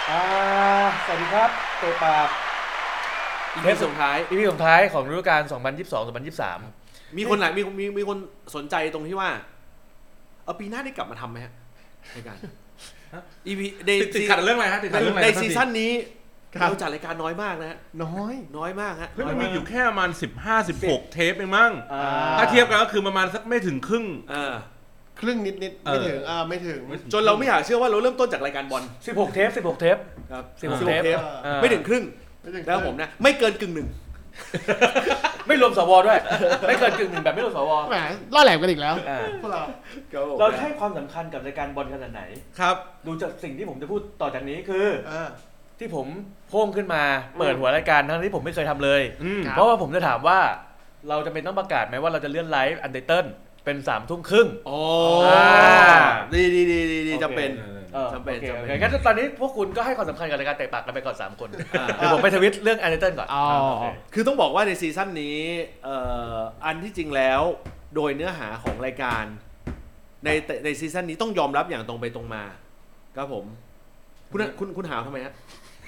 สวัสดีครับเตะปากอีพีส่งท้ายของฤดูกาล 2022-2023 มีคนหลายมีคนสนใจตรงที่ว่าปีหน้าได้กลับมาทำไหมฮะรายการEP ติดขัดเรื่องอะไรฮะติดขัดเรื่องอะไรในซีซั่นนี้เราจัดรายการน้อยมากนะฮะน้อยมากฮะมันมีอยู่แค่ประมาณ15-16 เทปเองมั้งถ้าเทียบกันก็คือประมาณสักไม่ถึงครึ่งครึ่งนิดไม่ถึงจนเราไม่อยากเชื่อว่าเราเริ่มต้นจากรายการบอล 16 เทปครับ 16 เทปไม่ถึงครึ่งแล้วผมนะไม่เกินกึ่งหนึ่งไม่รวมสวด้วยไม่เกินกึ่งหนึ่งแบบไม่รวมสวแหมล่อแหลมกันอีกแล้วพวกเราให้ความสำคัญกับรายการบอลขนาดไหนครับดูจากสิ่งที่ผมจะพูดต่อจากนี้คือที่ผมโพ่งขึ้นมาเปิดหัวรายการทั้งที่ผมไม่เคยทำเลยเพราะว่าผมจะถามว่าเราจะเป็นต้องประกาศไหมว่าเราจะเลื่อนไลฟ์อันเดอร์เทิลเป็น3:30 โอ้ดีจะเป็นงั้นตอนนี้พวกคุณก็ให้ความสำคัญกับรายการเตะปากกันไปก่อน3คนเดี๋ยวผมไปทวิตเรื่องอันเดอร์เทิลก่อนคือต้องบอกว่าในซีซั่นนี้อันที่จริงแล้วโดยเนื้อหาของรายการในซีซั่นนี้ต้องยอมรับอย่างตรงไปตรงมาครับผมคุณหาวทำไมฮะ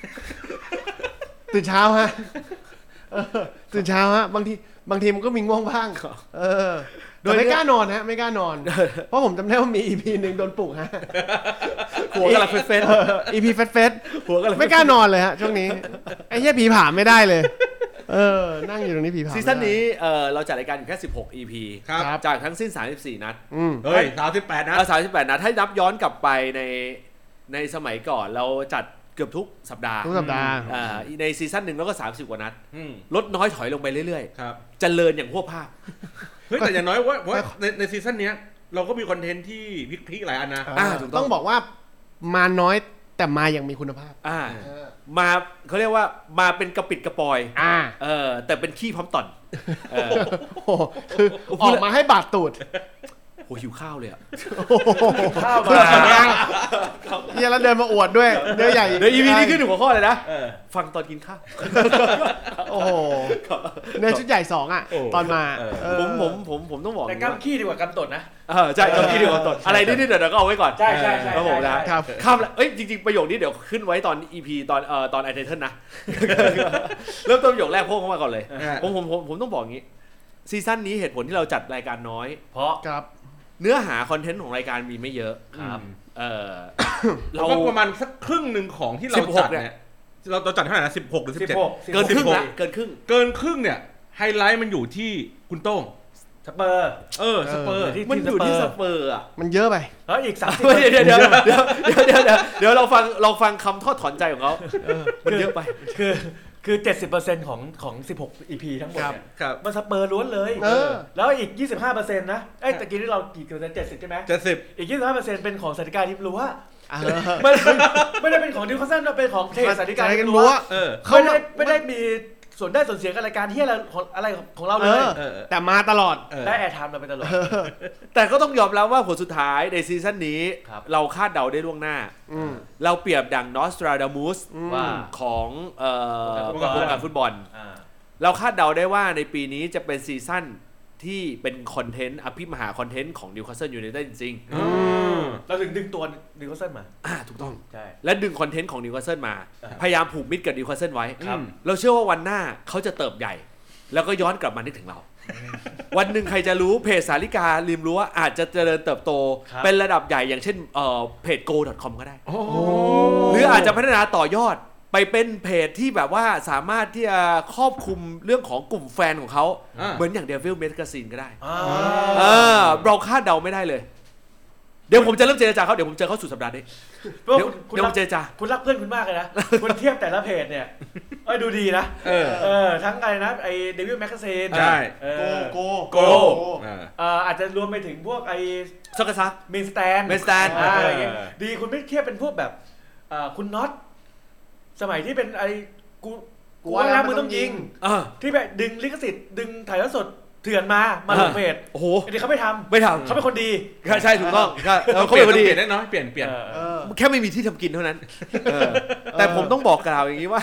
ตื่นเช้าฮะตื่นเช้าฮะบางทีมันก็มีง่วงบ้างโดยไม่กล้านอนฮะไม่กล้านอนเพราะผมจำได้ว่ามี EP นึงโดนปลุกฮะหัวกำลังเฟส EP เฟสหัวกำลังไม่กล้านอนเลยฮะช่วงนี้ไอ้เหี้ยผีผามไม่ได้เลยนั่งอยู่ตรงนี้ผีผามซีซั่นนี้เราจัดรายการอยู่แค่16 EP จากทั้งสิ้น34นัดเฮ้ย38นัด 38นัดให้นับย้อนกลับไปในสมัยก่อนเราจัดเกือบทุกสัปดาห์ในซีซั่น1แล้วก็30กว่านัดลดน้อยถอยลงไปเรื่อยๆเจริญอย่างพวกภาพเฮ้ยแต่อย่างน้อยว่าในซีซั่นนี้เราก็มีคอนเทนต์ที่พลิกหลายอันนะต้องบอกว่ามาน้อยแต่มาอย่างมีคุณภาพมาเขาเรียกว่ามาเป็นกระปิดกระปอยแต่เป็นขี้พร้อมต่อนคือออกมาให้บาดตูดโหหิวข้าวเลยอะข้าวมาเฮียแล้วเดินมาอวดด้วยเนื้อใหญ่เดี๋ยว EP นี้ขึ้นหัวข้อเลยนะฟังตอนกินข้าวโอ้โหเนื้อชุดใหญ่2อ่ะตอนมาผมต้องบอกแต่กำขี้ดีกว่ากำตดนะใช่กำขี้ดีกว่ากำตดอะไรนี่เดี๋ยวก็เอาไว้ก่อนใช่ครับผมนะครับข้ามแล้วจริงๆประโยคนี้เดี๋ยวขึ้นไว้ตอน EP ตอนไอเทนนะเริ่มต้นประโยคแรกพวกเข้ามาก่อนเลยผมต้องบอกงี้ซีซั่นนี้เหตุผลที่เราจัดรายการน้อยเพราะเนื้อหาคอนเทนต์ของรายการมีไม่เยอะครับเราก็ประมาณสักครึ่งนึงของที่เราจัดเนี่ยเราจัดเท่าไหร่นะ16หรือ17 เกินครึ่งเนี่ยไฮไลท์มันอยู่ที่คุณโต้งสเปอร์สเปอร์มันอยู่ที่สเปอร์อ่ะมันเยอะไปแล้วอีก30 เดี๋ยวเราฟังคำทอดถอนใจของเขามันเยอะไปคือ 70% ของ16 EP ทั้งหมดเนี่ยมันสเปอร์ล้วนเลยแล้วอีก 25% นะตะกี้ที่เรากี่เปอร์เซ็นต์70ใช่ไหม 70 อีก 25% เป็นของสถิติการริมรั้วไม่ได้เป็นของดิวคาสเซิลเป็นของเทสถิติการริมรั้วเขาไม่ได้มีส่วนได้ส่วนเสียกับรายการที่อะไรของเราเลยแต่มาตลอดได้แอร์ไทม์เราไปตลอดแต่ก็ต้องยอมรับว่าผลสุดท้ายในซีซั่นนี้เราคาดเดาได้ล่วงหน้าเราเปรียบดังนอสตราดามุสของวงการฟุตบอลเราคาดเดาได้ว่าในปีนี้จะเป็นซีซั่นที่เป็นคอนเทนต์อภิมหาคอนเทนต์ของนิวคาสเซิลยูไนเต็ดจริงๆเราถึงดึงตัวนิวคาสเซิลมาถูกต้องใช่และดึงคอนเทนต์ของนิวคาสเซิลมาพยายามผูกมิตรกับนิวคาสเซิลไว้เราเชื่อว่าวันหน้าเขาจะเติบใหญ่แล้วก็ย้อนกลับมานึกถึงเราวันหนึ่งใครจะรู้เพจสาริการิมรั้วอาจจะเจริญเติบโตเป็นระดับใหญ่อย่างเช่นเพจ go.com ก็ได้หรืออาจจะพัฒนาต่อยอดไปเป็นเพจที่แบบว่าสามารถที่จะครอบคลุมเรื่องของกลุ่มแฟนของเขาเหมือนอย่าง Devil Magazine ก็ได้เราคาดเดาไม่ได้เลยเดี๋ยวผมจะเริ่มเจรจาเขาเดี๋ยวผมเจอเขาสุดสัปดาห์นี้เดี๋ยวผมเจรจาคุณรักเพื่อนคุณมากเลยนะคุณเทียบแต่ละเพจเนี่ยดูดีนะทั้งอะไรนะไอ้ Devil Magazine ใช่โกอาจจะรวมไปถึงพวกไอ้ซอกซักเมนสแตนอะไรอย่างเงี้ยดีคุณไม่เทียบเป็นพวกแบบคุณน็อตสมัยที่เป็นไอ้กูว่าแล้วมึงต้องยิงที่แบบดึงลิขสิทธิ์ดึงถ่ายทอดสดเถื่อนมาลงเพจโอ้โหอันนี้เขาไม่ทำเขาเป็นคนดีใช่ถูกต้องเขาเป็นคนดีเปลี่ยนได้น้อยเปลี่ยนแค่ไม่มีที่ทำกินเท่านั้นแต่ผมต้องบอกกล่าวอย่างนี้ว่า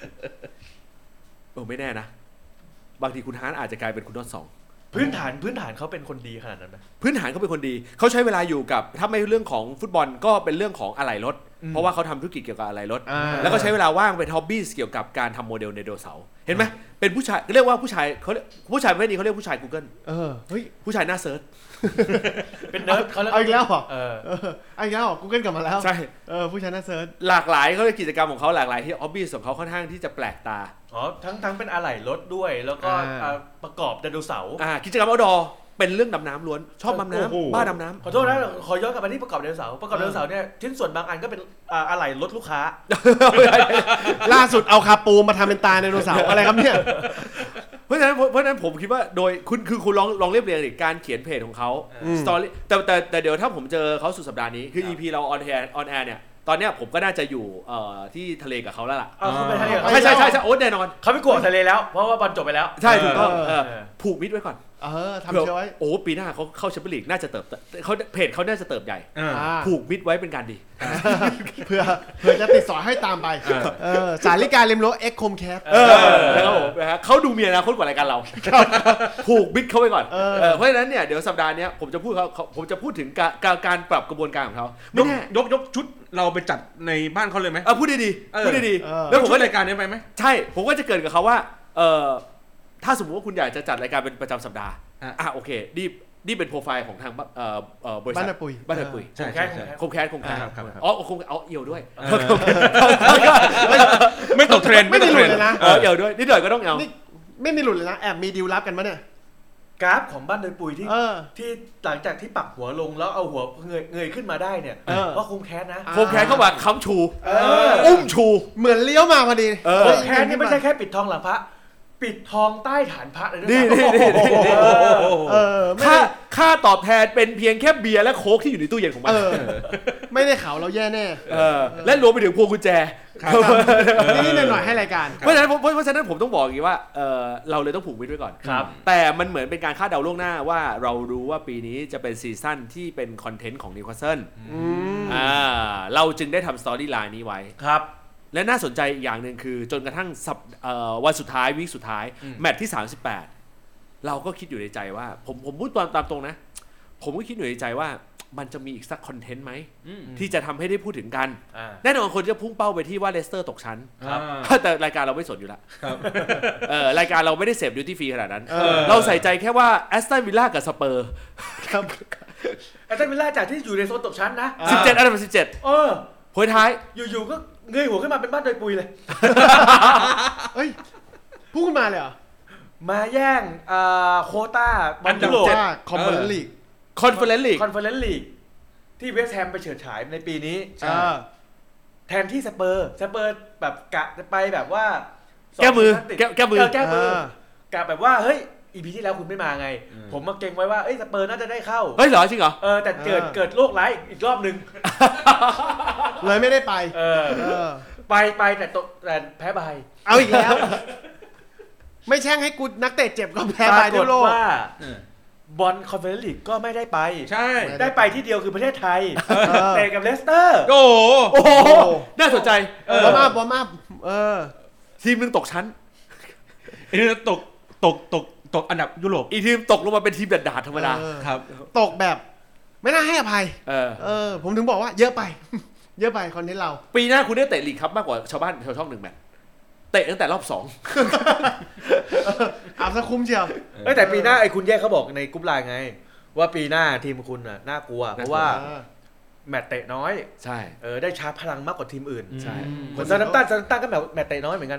ไม่แน่นะบางทีคุณฮาร์ดอาจจะกลายเป็นคุณน็อตสองพื้นฐานเขาเป็นคนดีขนาดนั้นไหมพื้นฐานเขาเป็นคนดีเขาใช้เวลาอยู่กับถ้าไม่เรื่องของฟุตบอลก็เป็นเรื่องของอะไหล่รถเพราะว่าเขาทำธุรกิจเกี่ยวกับอะไรรถแล้วก็ใช้เวลาว่างเป็นฮ็อบบี้เกี่ยวกับการทำโมเดลไดโนเสาร์เห็นไหมเป็นผู้ชายเรียกว่าผู้ชายไม่ดีเขาเรียกผู้ชาย Google เฮ้ยผู้ชายหน้าเซิร์ชเป็นเนิร์ดเขาเอาอีกแล้วเหรอเอาอีกแล้วเหรอ Google กลับมาแล้วใช่ผู้ชายหน้าเซิร์ชหลากหลายเขาเลยกิจกรรมของเขาหลากหลายที่ฮ็อบบี้ของเขาค่อนข้างที่จะแปลกตาทั้งเป็นอะไหล่รถด้วยแล้วก็ประกอบไดโนเสาร์กิจกรรมเอาท์ดอร์เป็นเรื่องดำน้ำล้วนชอบดำน้ำบ้าดำน้ำขอโทษนะขอย้อนกลับมาที่ประกอบไดโนเสาร์เนี่ยชิ้นส่วนบางอันก็เป็นอะไหล่รถลูกค้าล่าสุดเอาคาปูมาทำเป็นตาไดโนเสาร์อะไรครับเนี่ยเพราะฉะนั้นผมคิดว่าโดยคุณลองเรียบเรียงดิการเขียนเพจของเขาสตอรี่แต่เดี๋ยวถ้าผมเจอเขาสุดสัปดาห์นี้คือ EP เราออนแอร์เนี่ยตอนเนี้ยผมก็น่าจะอยู่ที่ทะเลกับเขาแล้วล่ะเขาไปทะเลใช่โอ๊ตแน่นอนเขาไม่กลัวทะเลแล้วเพราะว่าบอลจบไปแล้วใช่ถูกต้องผูกมิดไว้ก่อนทำเชื่อไว้โอ้ปีหน้าเขาเข้าแชมเปี้ยนลีกน่าจะเติบเขาเพจเขาน่าจะเติบใหญ่ผูกมิดไว้เป็นการดีเพื่อจะติดสอยให้ตามไปสาริกาเลมโลเอ็กคมแคปนะครับผมนะฮะเขาดูมีอนาคตกว่ารายการเราผูกมิดเขาไว้ก่อนเพราะฉะนั้นเนี่ยเดี๋ยวสัปดาห์นี้ผมจะพูดถึงการปรับกระบวนการของเขายกชุดเราไปจัดในบ้านเขาเลยไหมพูดดีแล้วผมก็รายการนี้ไปไหมใช่ผมก็จะเกิดกับเขาว่าถ้าสมมติว่าคุณอยากจะจัดรายการเป็นประจำสัปดาห์โอเคนี่เป็นโปรไฟล์ของทางบริษัทบ้านปุยใช่คงแคสคงเอาเอี่ยวด้วยไม่ตกเทรนด์ไม่มีหลุดเลยนะเอี่ยวด้วยนิดหน่อยก็ต้องเอาไม่มีหลุดเลยนะแอบมีดีลลับกันมั้ยเนี่ยกราฟของบ้านโดยปุยที่หลังจากที่ปักหัวลงแล้วเอาหัวเงยขึ้นมาได้เนี่ยว่าคงแคสนะคงแคสเข้ามาค้ำชูอุ้มชูเหมือนเลี้ยวมาพอดีคงแคสนี่ไม่ใช่แค่ปิดทองหลังพระปิดทองใต้ฐานพระเลยด้วยค่าตอบแทนเป็นเพียงแค่เบียร์และโค้กที่อยู่ในตู้เย็นของมันไม่ได้ข่าวเราแย่แน่และรวมไปถึงพวงกุญแจนี่หน่อยให้รายการเพราะฉะนั้นผมต้องบอกอย่างนี้ว่าเราเลยต้องผูกมิตรไว้ก่อนแต่มันเหมือนเป็นการคาดเดาล่วงหน้าว่าเรารู้ว่าปีนี้จะเป็นซีซั่นที่เป็นคอนเทนต์ของนิวคาสเซิลเราจึงได้ทำสตอรี่ไลน์นี้ไว้ครับและน่าสนใจอีกอย่างหนึ่งคือจนกระทั่งวันสุดท้ายวีคสุดท้ายแมตช์ที่38เราก็คิดอยู่ในใจว่าผมพูดตามตรงนะผมก็คิดอยู่ในใจว่ามันจะมีอีกสักคอนเทนต์ไหมที่จะทำให้ได้พูดถึงกันแน่นอนคนจะพุ่งเป้าไปที่ว่าเลสเตอร์ตกชั้นแต่รายการเราไม่สนอยู่แล้วรายการเราไม่ได้เสพดิวตี้ฟรีขนาดนั้นเราใส่ใจแค่ว่าแอสตันวิลล่ากับสเปอร์แอสตันวิลล่าจากที่อยู่ในโซนตกชั้นนะ 17อันดับ17โผล่ท้ายอยู่ๆก็เงยหัวขึ้นมาเป็นบ้านโดยปุยเลยเฮ้ยพูดขึ้นมาเลยเหรอมาแย่งโควต้าบอลยุโรปคอนเฟอเรนซ์ลีกที่เวสต์แฮมไปเฉิดฉายในปีนี้แทนที่สเปอร์แบบกะไปแบบว่าแก้มือกะแบบว่าเฮ้ยอีพีที่แล้วคุณไม่มาไงผมมาเก่งไว้ว่าสเปอร์น่าจะได้เข้าเฮ้ยเหรอจริงเหรอแต่เกิดโรคร้ายอีกรอบนึงเลยไม่ได้ไปไปแต่แพ้บายเอาอีกแล้วไม่แช่งให้กูนักเตะเจ็บก็แพ้บายด้วยโลกว่าบอลคอนเฟอเรนซ์ลีกก็ไม่ได้ไปใช่ได้ไปที่เดียวคือประเทศไทยเตะกับเลสเตอร์โอ้โหน่าสนใจวอร์มอัพทีมนึงตกชั้นอีกนึงตกอันดับยุโรปอีกทีมตกลงมาเป็นทีมดาดธรรมดาครับตกแบบไม่น่าให้อภัยผมถึงบอกว่าเยอะไปคอนเทนต์เราปีหน้าคุณได้เตะลีกครับมากกว่าชาวบ้านชาวช่อง1แมตช์เตะตั้งแต่รอบ 2เอาซะคุ้มเชียวแต่ปีหน้าไอ้คุณแยกเขาบอกในกรุ๊ปไลน์ไงว่าปีหน้าทีมคุณน่ะน่ากลัวเพราะว่าแมตช์เตะน้อยใช่ได้ชาร์จพลังมากกว่าทีมอื่นใช่คนซาตันก็แมตช์เตะน้อยเหมือนกัน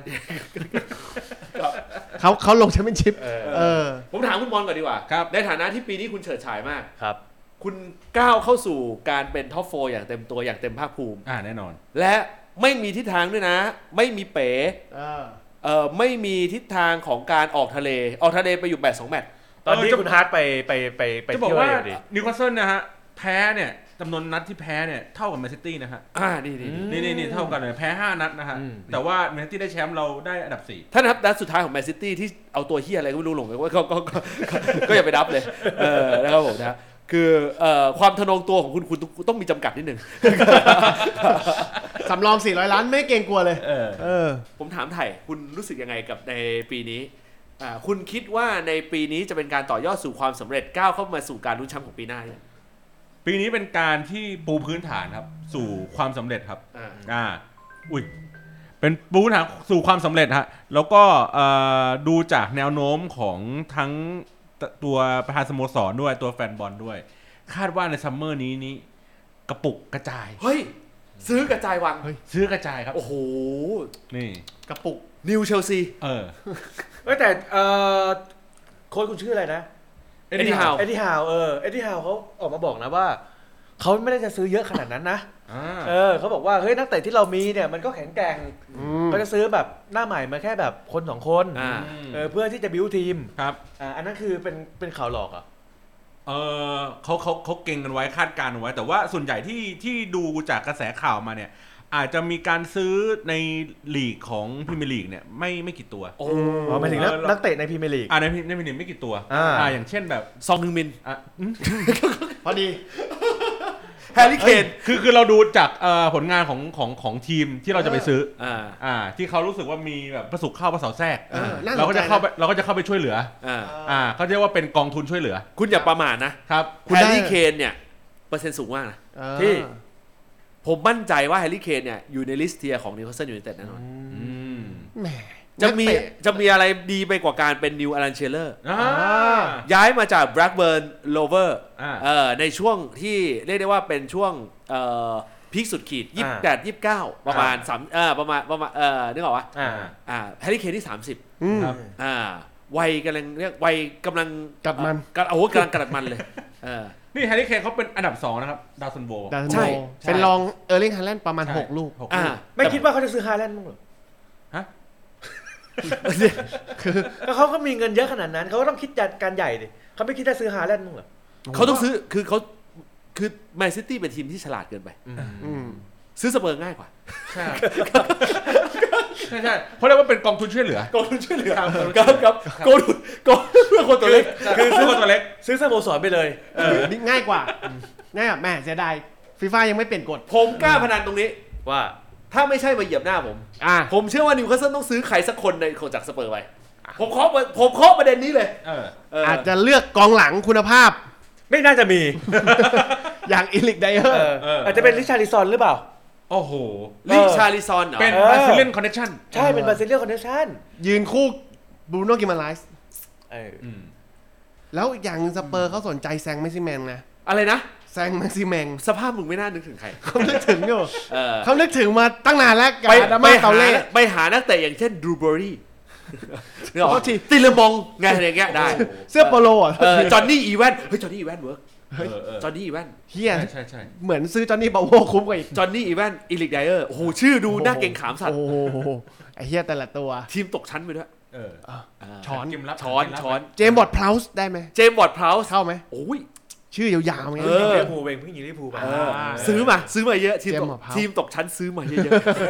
เขาลงแชมเปี้ยนชิพผมถามคุณบอลก่อนดีกว่าในฐานะที่ปีนี้คุณเฉิดฉายมากครับคุณก้าวเข้าสู่การเป็นท็อป4อย่างเต็มตัวอย่างเต็มภาคภูมิแน่นอนและไม่มีทิศทางด้วยนะไม่มีเป๋ไม่มีทิศทางของการออกทะเลไปอยู่2แมตช์ตอนนี้คุณฮาร์ดไปจะบอกว่านิวคาสเซิลนะฮะแพ้เนี่ยจำนวนนัดที่แพ้เนี่ยเท่ากับแมนซิตี้นะฮะนี่เท่ากันเลยแพ้5นัดนะฮะแต่ว่าแมนซิตี้ได้แชมป์เราได้อันดับ4 ถ้านับนัดสุดท้ายของแมนซิตี้ที่เอาตัวเหี้ยอะไรก็ไม่รู้ลงก็อย่าไปนับเลยนะครับผมนะคือความทะนงตัวของคุณต้องมีจำกัดนิดนึงสำรอง400 ล้านไม่เกรงกลัวเลยผมถามไถ่คุณรู้สึกยังไงกับในปีนี้คุณคิดว่าในปีนี้จะเป็นการต่อยอดสู่ความสำเร็จก้าวเข้ามาสู่การลุ้นแชมป์ของปีหน้าเนี่ยปีนี้เป็นการที่ปูพื้นฐานครับสู่ความสำเร็จครับเป็นปูพื้นฐานสู่ความสำเร็จฮะแล้วก็ดูจากแนวโน้มของทั้งตัวประธานสโมสรด้วยตัวแฟนบอลด้วยคาดว่าในซัมเมอร์นี้กระปุกกระจายเฮ้ยซื้อกระจายวังซื้อกระจายครับโอ้โหนี่กระปุกนิวเชลซีแต่โค้ชคุณชื่ออะไรนะเอ็ดดี้ฮาวเอ็ดดี้ฮาวเขาออกมาบอกนะว่าเขาไม่ได้จะซื้อเยอะขนาดนั้นนะเขาบอกว่าเฮ้ยนักเตะที่เรามีเนี่ยมันก็แข็งแกร่งเขาจะซื้อแบบหน้าใหม่มาแค่แบบคน2คนเพื่อที่จะบิวทีมครับอันนั้นคือเป็นข่าวหลอกอ่ะเขาเก่งกันไว้คาดการณ์ไว้แต่ว่าส่วนใหญ่ที่ดูจากกระแสข่าวมาเนี่ยอาจจะมีการซื้อในลีกของพรีเมียร์ลีกเนี่ยไม่กี่ตัวหมายถึงนักเตะในพรีเมียร์ลีกในพรีเมียร์ลีกไม่กี่ตัวอย่างเช่นแบบซองฮึงมินพอดีแฮร์รี่เคนคือเราดูจากผลงานของทีมที่เราจะไปซื้อที่เขารู้สึกว่ามีแบบประสบเข้าประสาวแทรกเราก็จะเข้าไปช่วยเหลือเขาเรียกว่าเป็นกองทุนช่วยเหลือคุณอย่าประมาทนะครับแฮร์รี่เคนเนี่ยเปอร์เซ็นต์สูงมากนะที่ผมมั่นใจว่าแฮร์รี่เคนเนี่ยอยู่ในลิสต์เทียร์ของนิวคาสเซิลยูไนเต็ดแน่นอนจะมีอะไรดีไปกว่าการเป็นนิวอารันเชลเลอร์ย้ายมาจากแบล็กเบิร์นโรเวอร์ในช่วงที่เรียกได้ว่าเป็นช่วงพีคสุดขีด28 29ประมาณนึกออกปะแฮร์รี่เคนที่30ครับวัยกำลังเรียกวัยกำลังกัดมันกำลังกัดมันเลยนี่แฮร์รี่เคนเขาเป็นอันดับ2นะครับดาวซันโวใช่เป็นรองเออร์ลิงฮาแลนด์ประมาณ6ลูกไม่คิดว่าเขาจะซื้อฮาแลนด์มั้งหรอฮะคือเขาก็มีเงินเยอะขนาดนั้นเขาก็ต้องคิดจัดการใหญ่ดิเขาไม่คิดจะซื้อฮาแลนด์มั้งหรอเขาต้องซื้อคือแมนซิตี้เป็นทีมที่ฉลาดเกินไปซื้อสเปอร์ง่ายกว่าใช่เขาเรียกว่าเป็นกองทุนช่วยเหลือกองทุนช่วยเหลือครับกองทุนเพื่อคนตัวเล็กคือซื้อคนตัวเล็กซื้อสโมสรไปเลยนี่ง่ายกว่าง่ายแบบแม่เสียดายฟีฟ่ายังไม่เปลี่ยนกฎผมกล้าพนันตรงนี้ว่าถ้าไม่ใช่มาเหยียบหน้าผมเชื่อว่านิวคาสเซิลต้องซื้อใครสักคนในของจากสเปอร์ไปผมเคาะประเด็นนี้เลยอาจจะเลือกกองหลังคุณภาพไม่น่าจะมีอย่างอิลิกไดเออร์อาจจะเป็นริชาร์ลิซอนหรือเปล่าโอ้โหริชาร์ลิซอนเหรอเป็นบราซิเลียนคอนเนคชั่นใช่เป็นบราซิเลียนคอนเนคชั่นยืนคู่บรูโน่กิมาไลส์แล้วอีกอย่างนึงสเปอร์เขาสนใจแซงแม็กซิแมงนะอะไรนะแซงแม็กซิแมงสภาพมึงไม่น่านึกถึงใครเขานึกถึงอยู่เขานึกถึงมาตั้งนานแล้วไปหานักเตะอย่างเช่นดรูเบอรี่ติเลมองไงอย่างเงี้ยได้เสื้อโปโลจอห์นนี่อีแวนเฮ้ยจอห์นนี่อีแวนเวิร์กจอห์นนี่อีแวนเฮียใช่เหมือนซื้อจอห์นนี่บาโวคุ้มกว่าอีกจอห์นนี่อีแวนอิลิกไดเออร์โอ้โหชื่อดูน่าเก่งขามสัตว์โอ้โหไอ้เฮียแต่ละตัวทีมตกชั้นไปด้วยช้อนเจมส์บอร์ดพลาวส์ได้ไหมเจมส์บอร์ดพลาวส์เข้าไหมโอ้ยชื่อยาวๆไงลิเวอร์พูลเองเพิ่งยิงลิเวอร์พูลไปซื้อมาเยอะทีมตกชั้นซื้อมาเยอะ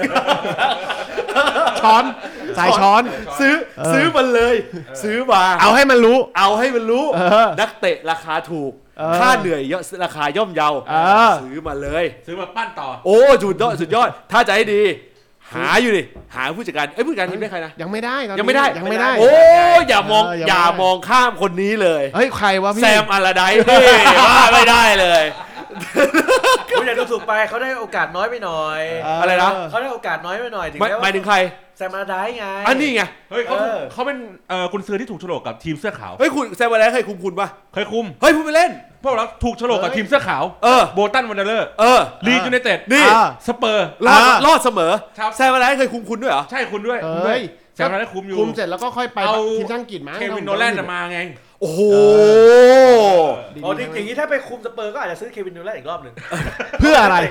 ช้อนสายช้อนซื้อมันเลยซื้อมาเอาให้มันรู้นักเตะราคาถูกค่าเหนื่อยเยอะราคาย่อมเยาซื้อมาเลยซื้อมาปั้นต่อโอ้สุดยอดถ้าใจดีหาอยู่ดิหาผู้จัดการผู้จัดการทีมได้ใครนะยังไม่ได้โอ้อย่ามองข้ามคนนี้เลยเฮ้ยใครวะพี่แซมอาราไดว่าไม่ได้เลยคุณอย่าดูถูกไปเขาได้โอกาสน้อยไปหน่อยอะไรนะเขาได้โอกาสน้อยไปหน่อยถึงแม้ว่าหมายถึงใครแซมอาราไดไงอันนี้ไงเฮ้ยเขาเป็นกุนซือที่ถูกโฉลกกับทีมเสื้อขาวเฮ้ยคุณแซมอาราไดเคยคุมคุณป่ะเคยคุมเฮ้ยพูดไปเล่นพวกเราถูกโฉลกกับทีมเสื้อขาวโบตันวันเดอร์ลีดยูไนเต็ดนี่สเปอร์รอดเสมอแซมอาราไดเคยคุมคุณด้วยเหรอใช่คุณด้วยแซมอาราไดคุมอยู่คุมเสร็จแล้วก็ค่อยไปทีมช่างกิจมั้งเควินโนแลนจะมาไงโอ้โหอย่างนี้ถ้าไปคุมสเปอร์ก็อาจจะซื้อเควินโนแลนอีกรอบนึงเพื่ออะไร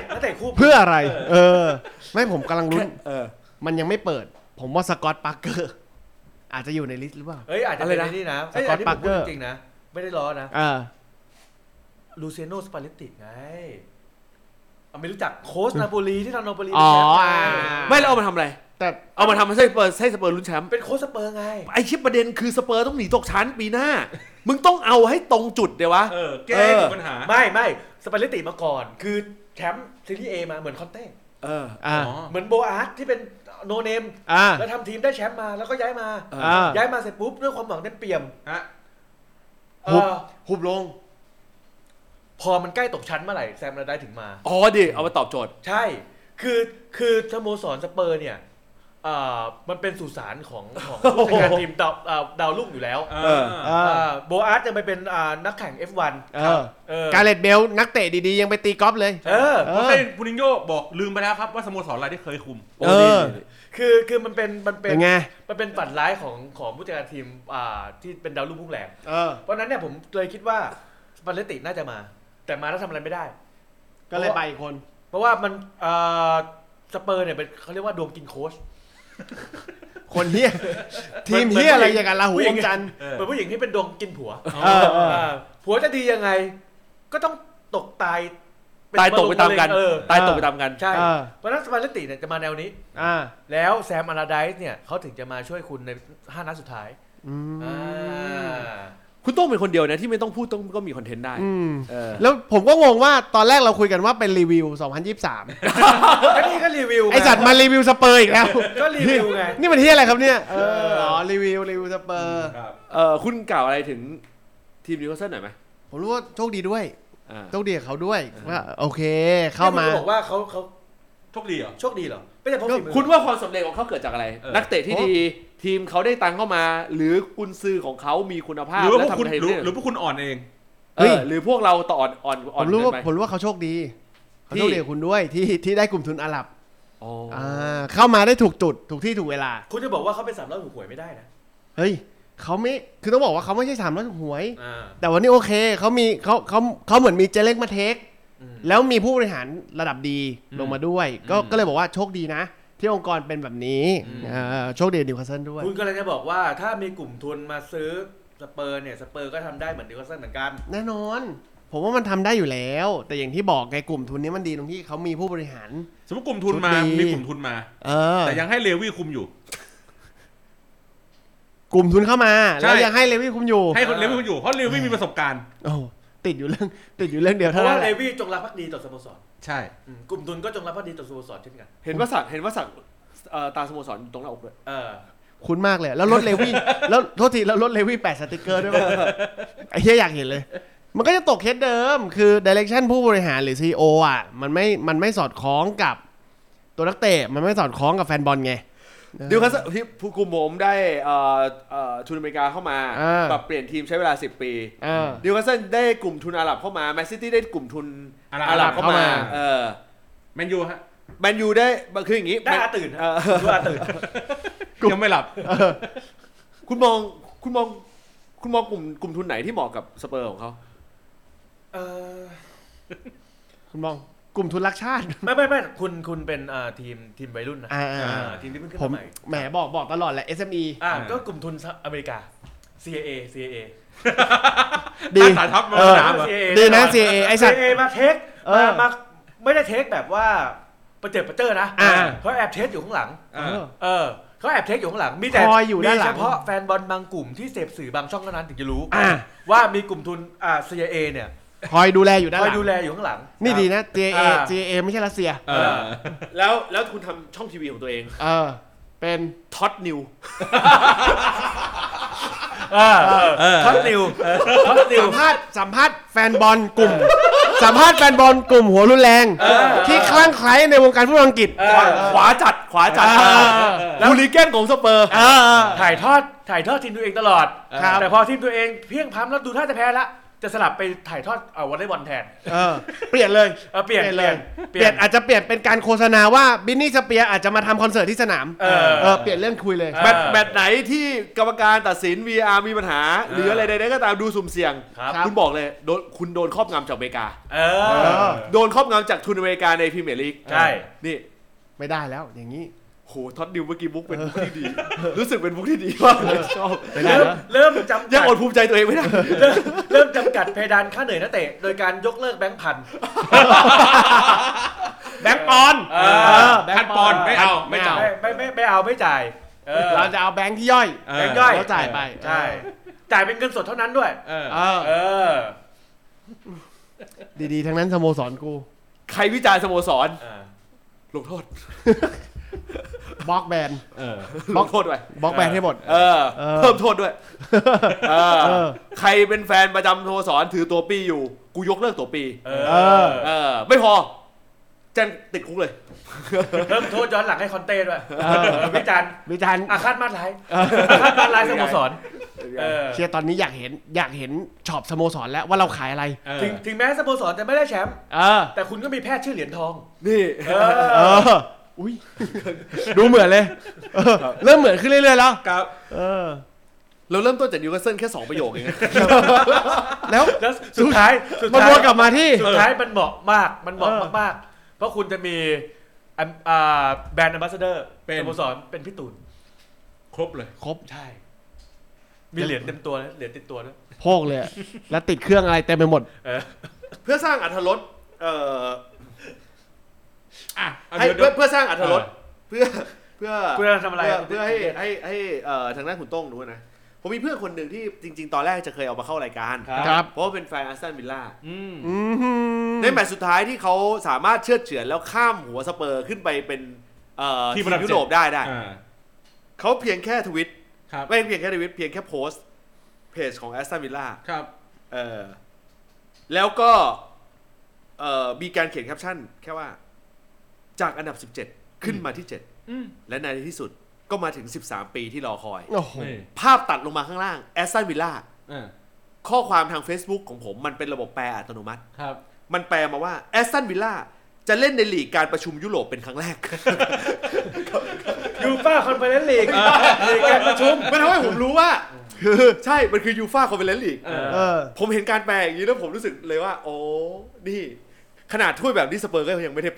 ไม่ผมกำลังลุ้นมันยังไม่เปิดผมว่าสกอตต์ปาร์เกอร์อาจจะอยู่ในลิสต์หรือเปล่าอาจจะเป็นนี่นะสกอตต์ปาร์เกอร์จริงนะไม่ได้ล้อนะลูเซโนสปาเลตติไงไม่รู้จักโค้ชนาโปลีที่ทำนาโปลีไม่แล้วเอามาทำอะไรแต่เอามาทำให้สเปอร์ลุ้นแชมป์เป็นโค้ชสเปอร์ไงไอชิปประเด็นคือสเปอร์ต้องหนีตกชั้นปีหน้ามึงต้องเอาให้ตรงจุดเดี๋ยววะแก้ปัญหาไม่สปาเลตติมาก่อนคือแชมป์ซีรีส์ A มาเหมือนคอนเต้เหมือนโบอาร์ตที่เป็นโนเนมแล้วทำทีมได้แชมป์มาแล้วก็ย้ายมาเสร็จปุ๊บด้วยความหวังเต็มเปี่ยมหุบลงพอมันใกล้ตกชั้นเมื่อไหร่แซมได้ถึงมาอ๋อดิเอามาตอบโจทย์ใช่คือสโมสรสเปอร์เนี่ยมันเป็นสุสานของผู้จัดการทีมดาวรุ่งอยู่แล้วโบอาร์ตยังไปเป็นนักแข่ง F1 การ์เล็ตเบลนักเตะดีๆยังไปตีกอล์ฟเลยโอเซ่มูรินโญ่บอกลืมไปแล้วครับว่าสโมสรอะไรที่เคยคุมคือมันเป็นไงมันเป็นฝันร้ายของผู้จัดการทีมที่เป็นดาวรุ่งพุ่งแรงเพราะนั้นเนี่ยผมเลยคิดว่าสปาเลตติน่าจะมาแต่มาแล้วทำอะไรไม่ได้ก็เลยไปคนเพราะว่ามันสเปอร์เนี่ยเป็นเขาเรียกว่าดวงกินโค้ชคนเฮียทีมเฮียอะไรอย่างกันลาหูอมจันทร์เป็นผู้หญิงที่เป็นดวงกินผัวผัวจะดียังไงก็ต้องตกตายตกไปตามกันตายตกไปตามกันใช่เพราะนั้นสปาเลตติเนี่ยจะมาแนวนี้แล้วแซมอาราไดส์เนี่ยเขาถึงจะมาช่วยคุณใน5 นัดสุดท้ายคุณต้องเป็นคนเดียวนะที่ไม่ต้องพูดก็มีคอนเทนต์ได้แล้วผมก็งงว่าตอนแรกเราคุยกันว่าเป็นรีวิว2023 ก็นี่ก็รีวิวไอสัตว์มารีวิวสเปอร์อีกแล้วก็รีวิวไงนี่มันที่อะไรครับเนี่ยรีวิวสเปอร์คุณกล่าวอะไรถึงทีมนิวคาสเซิลหน่อยไหมผมรู้ว่าโชคดีด้วยโชคดีกับเขาด้วยว่าโอเคเข้ามาบอกว่าเขาโชคดีเหรอโชคดีเหรอไม่ใช่เพราะคุณว่าความสำเร็จของเขาเกิดจากอะไรนักเตะที่ดีทีมเขาได้ตังค์เข้ามาหรือกุนซือของเขามีคุณภาพและทำให้หรือพวกคุณอ่อนเองหรือพวกเราต่ออ่อนผมรู้ว่าเขาโชคดีเขาโชคดีกับคุณด้วยที่ได้กลุ่มทุนอาหรับเข้ามาได้ถูกจุดถูกที่ถูกเวลาคุณจะบอกว่าเขาเป็น300ถูกหวยไม่ได้นะเฮ้ยเขาไม่คือต้องบอกว่าเขาไม่ใช่300ถูกหวยแต่วันนี้โอเคเขามีเขาเหมือนมีเจเล็กมาเทคแล้วมีผู้บริหารระดับดีลงมาด้วยก็เลยบอกว่าโชคดีนะที่องค์กรเป็นแบบนี้โชคดีนิวคาสเซิลด้วยคุณก็เลยจะบอกว่าถ้ามีกลุ่มทุนมาซื้อสเปอร์เนี่ยสเปอร์ก็ทำได้เหมือนนิวคาสเซิลเหมือนกันแน่นอนผมว่ามันทำได้อยู่แล้วแต่อย่างที่บอกไงกลุ่มทุนนี้มันดีตรงที่เขามีผู้บริหารสมมติกลุ่มทุนมามีกลุ่มทุนมาแต่ยังให้เลวี่คุมอยู่กลุ่มทุนเข้ามาแล้วยังให้เลวี่คุมอยู่ให้เลวี่คุมอยู่เพราะเลวี่มีประสบการณ์ติดอยู่เรื่องเดียวเพราะว่าเลวี่จงรักภักดีต่อสโมสรใช่กลุ่มทุนก็จงรักภักดีต่อสโมสรเช่นกันเห็นว่าสักตาสโมสรตรงหน้าอกด้วยคุ้นมากเลยแล้วรถเลวี่แล้วโทษทีแล้วรถเลวี่แปะสติกเกอร์ด้วยมั้ยไอ้เหี้ยอยากเห็นเลยมันก็จะตกเคสเดิมคือดิเรกชันผู้บริหารหรือ CEO อ่ะมันไม่สอดคล้องกับตัวนักเตะมันไม่สอดคล้องกับแฟนบอลไงดิวคาสที่ผู้กุมผมได้ทุนอเมริกาเข้ามาปรับเปลี่ยนทีมใช้เวลา10 ปีดิวคาสเซิลได้กลุ่มทุนอาหรับเข้ามาแมนซิตี้ได้กลุ่มทุนอาหรับเข้ามาแมนยูฮะแมนยูได้คืออย่างงี้ได้ตื่นยังไม่หลับคุณมองกลุ่มทุนไหนที่เหมาะกับสเปอร์ของเขาคุณมองกลุ่มทุนรักชาติไม่คุณเป็นทีมวัยรุ่นนะทีมที่เพิ่งขึ้นมาใหม่แหมบอกตลอดแหละ SME ก็กลุ่มทุนอเมริกา CIA ดีสายทัพมาสนามดีนะ CIA ไอ้สัตว์ CIA มาเทคมาไม่ได้เทคแบบว่าประเจิดนะเพราะแอบเทคอยู่ข้างหลังเขาแอบเทคอยู่ข้างหลังมีแต่เฉพาะแฟนบอลบางกลุ่มที่เสพสื่อบางช่องเท่านั้นถึงจะรู้ว่ามีกลุ่มทุนCIA เนี่ยคอยดูแลอยู่ด้านหลังคอยดูแลอยู่ข้างหลังนี่ดีนะ JA ไม่ใช่รัสเซียแล้วคุณทำช่องทีวีของตัวเองเป็นท็อตนิวท็อตนิวสัมภาษณ์แฟนบอลกลุ่มสัมภาษณ์แฟนบอลกลุ่มหัวรุนแรงที่คลั่งไคล้ในวงการฟุตบอลอังกฤษขวาจัดฮูลิแกนของสเปอร์ถ่ายทอดทีมตัวเองตลอดแต่พอทีมตัวเองเพี้ยงพล้ำแล้วดูท่าจะแพ้ละจะสลับไปถ่ายทอดวอลเลย์บอลแทนเปลี่ยนเลยเปลี่ยนอาจจะเปลี่ยนเป็นการโฆษณาว่าบินนี่สเปียร์อาจจะมาทำคอนเสิร์ตที่สนามเปลี่ยนเรื่องคุยเลยแมตช์ไหนที่กรรมการตัดสิน VR มีปัญหาหรืออะไรใดๆก็ตามดูสุ่มเสี่ยงคุณบอกเลยคุณโดนครอบงำจากอเมริกาโดนครอบงำจากทุนอเมริกาในพรีเมียร์ลีกใช่นี่ไม่ได้แล้วอย่างนี้โหท็อตดิวเมื่อกี้มุกเป็นมุกที่ดีรู้สึกเป็นมุกที่ดีมากเลยชอบเริ่มจำยังอดภูมิใจตัวเองไม่ได้เริ่มจำกัดเพดานค่าเหนื่อยนักเตะโดยการยกเลิกแบงค์พันแบงค์ปอนพันปอนไม่เอาไม่จ่ายไม่จ่ายเราจะเอาแบงค์ที่ย่อยเราจ่ายไปใช่จ่ายเป็นเงินสดเท่านั้นด้วยดีๆทั้งนั้นสโมสรกูใครวิจารณ์สโมสรลงโทษบล็อกแบนบล็อกโทษด้วยบล็อกแบนให้หมดเพิ่มโทษด้วยใครเป็นแฟนประจำสโมสรถือตัวปี้อยู่กูยกเลิกตั๋วปี ไม่พอแจ้งติดคุกเลยเพิ่มโทษย้อนหลังให้คอนเต้ด้วยวิจารณ์อาฆาตมาตร้ายสโมสรเชียร์ตอนนี้อยากเห็นช็อปสโมสรแล้วว่าเราขายอะไรถึงแม้สโมสรจะไม่ได้แชมป์แต่คุณก็มีแพทย์ชื่อเหรียญทองนี่อุ้ยดูเหมือนเลยเริ่มเหมือนขึ้นเรื่อยๆแล้วครับเราเริ่มต้นจากนิวคาสเซิลแค่2ประโยคเองแล้วสุดท้ายมันวนกลับมาที่สุดท้ายมันเหมาะมากเพราะคุณจะมีแบรนด์แอมบาสเดอร์สโมสรเป็นพี่ตูนครบเลยครบใช่มีเหรียญเต็มตัวเหรียญติดตัวด้วยโพกเลยแล้วติดเครื่องอะไรเต็มไปหมดเพื่อสร้างอรรถรสให้เพื่อสร้างอรรถรสเพื่อทำอะไรเพื่อให้ทางด้านคุณโต้งรู้นะผมมีเพื่อนคนหนึ่งที่จริงๆตอนแรกจะเคยเอามาเข้ารายการเพราะว่าเป็นแฟนอาร์เซนอลวิลล่าในแมตช์สุดท้ายที่เขาสามารถเชือดเฉือนแล้วข้ามหัวสเปอร์ขึ้นไปเป็นทีมยุโรปได้เขาเพียงแค่ทวิตไม่เพียงแค่ทวิตเพียงแค่โพสต์เพจของแอสตันวิลล่าแล้วก็มีการเขียนแคปชั่นแค่ว่าจากอันดับ17ขึ้นมาที่7และในที่สุดก็มาถึง13ปีที่รอคอยภาพตัดลงมาข้างล่างแอสตันวิลล่าข้อความทาง Facebook ของผมมันเป็นระบบแปลอัตโนมัติมันแปลมาว่าแอสตันวิลล่าจะเล่นในลีกการประชุมยุโรปเป็นครั้งแรกยูฟ่าคอนเฟอเรนซ์ลีกการประชุมมันทำให้ผมรู้ว่าใช่มันคือยูฟ่าคอนเฟอเรนซ์ลีกผมเห็นการแปลอย่างนี้แล้วผมรู้สึกเลยว่าโอ้นี่ขนาดถ้วยแบบนี้สเปอร์ก็ยังไม่ได้ไป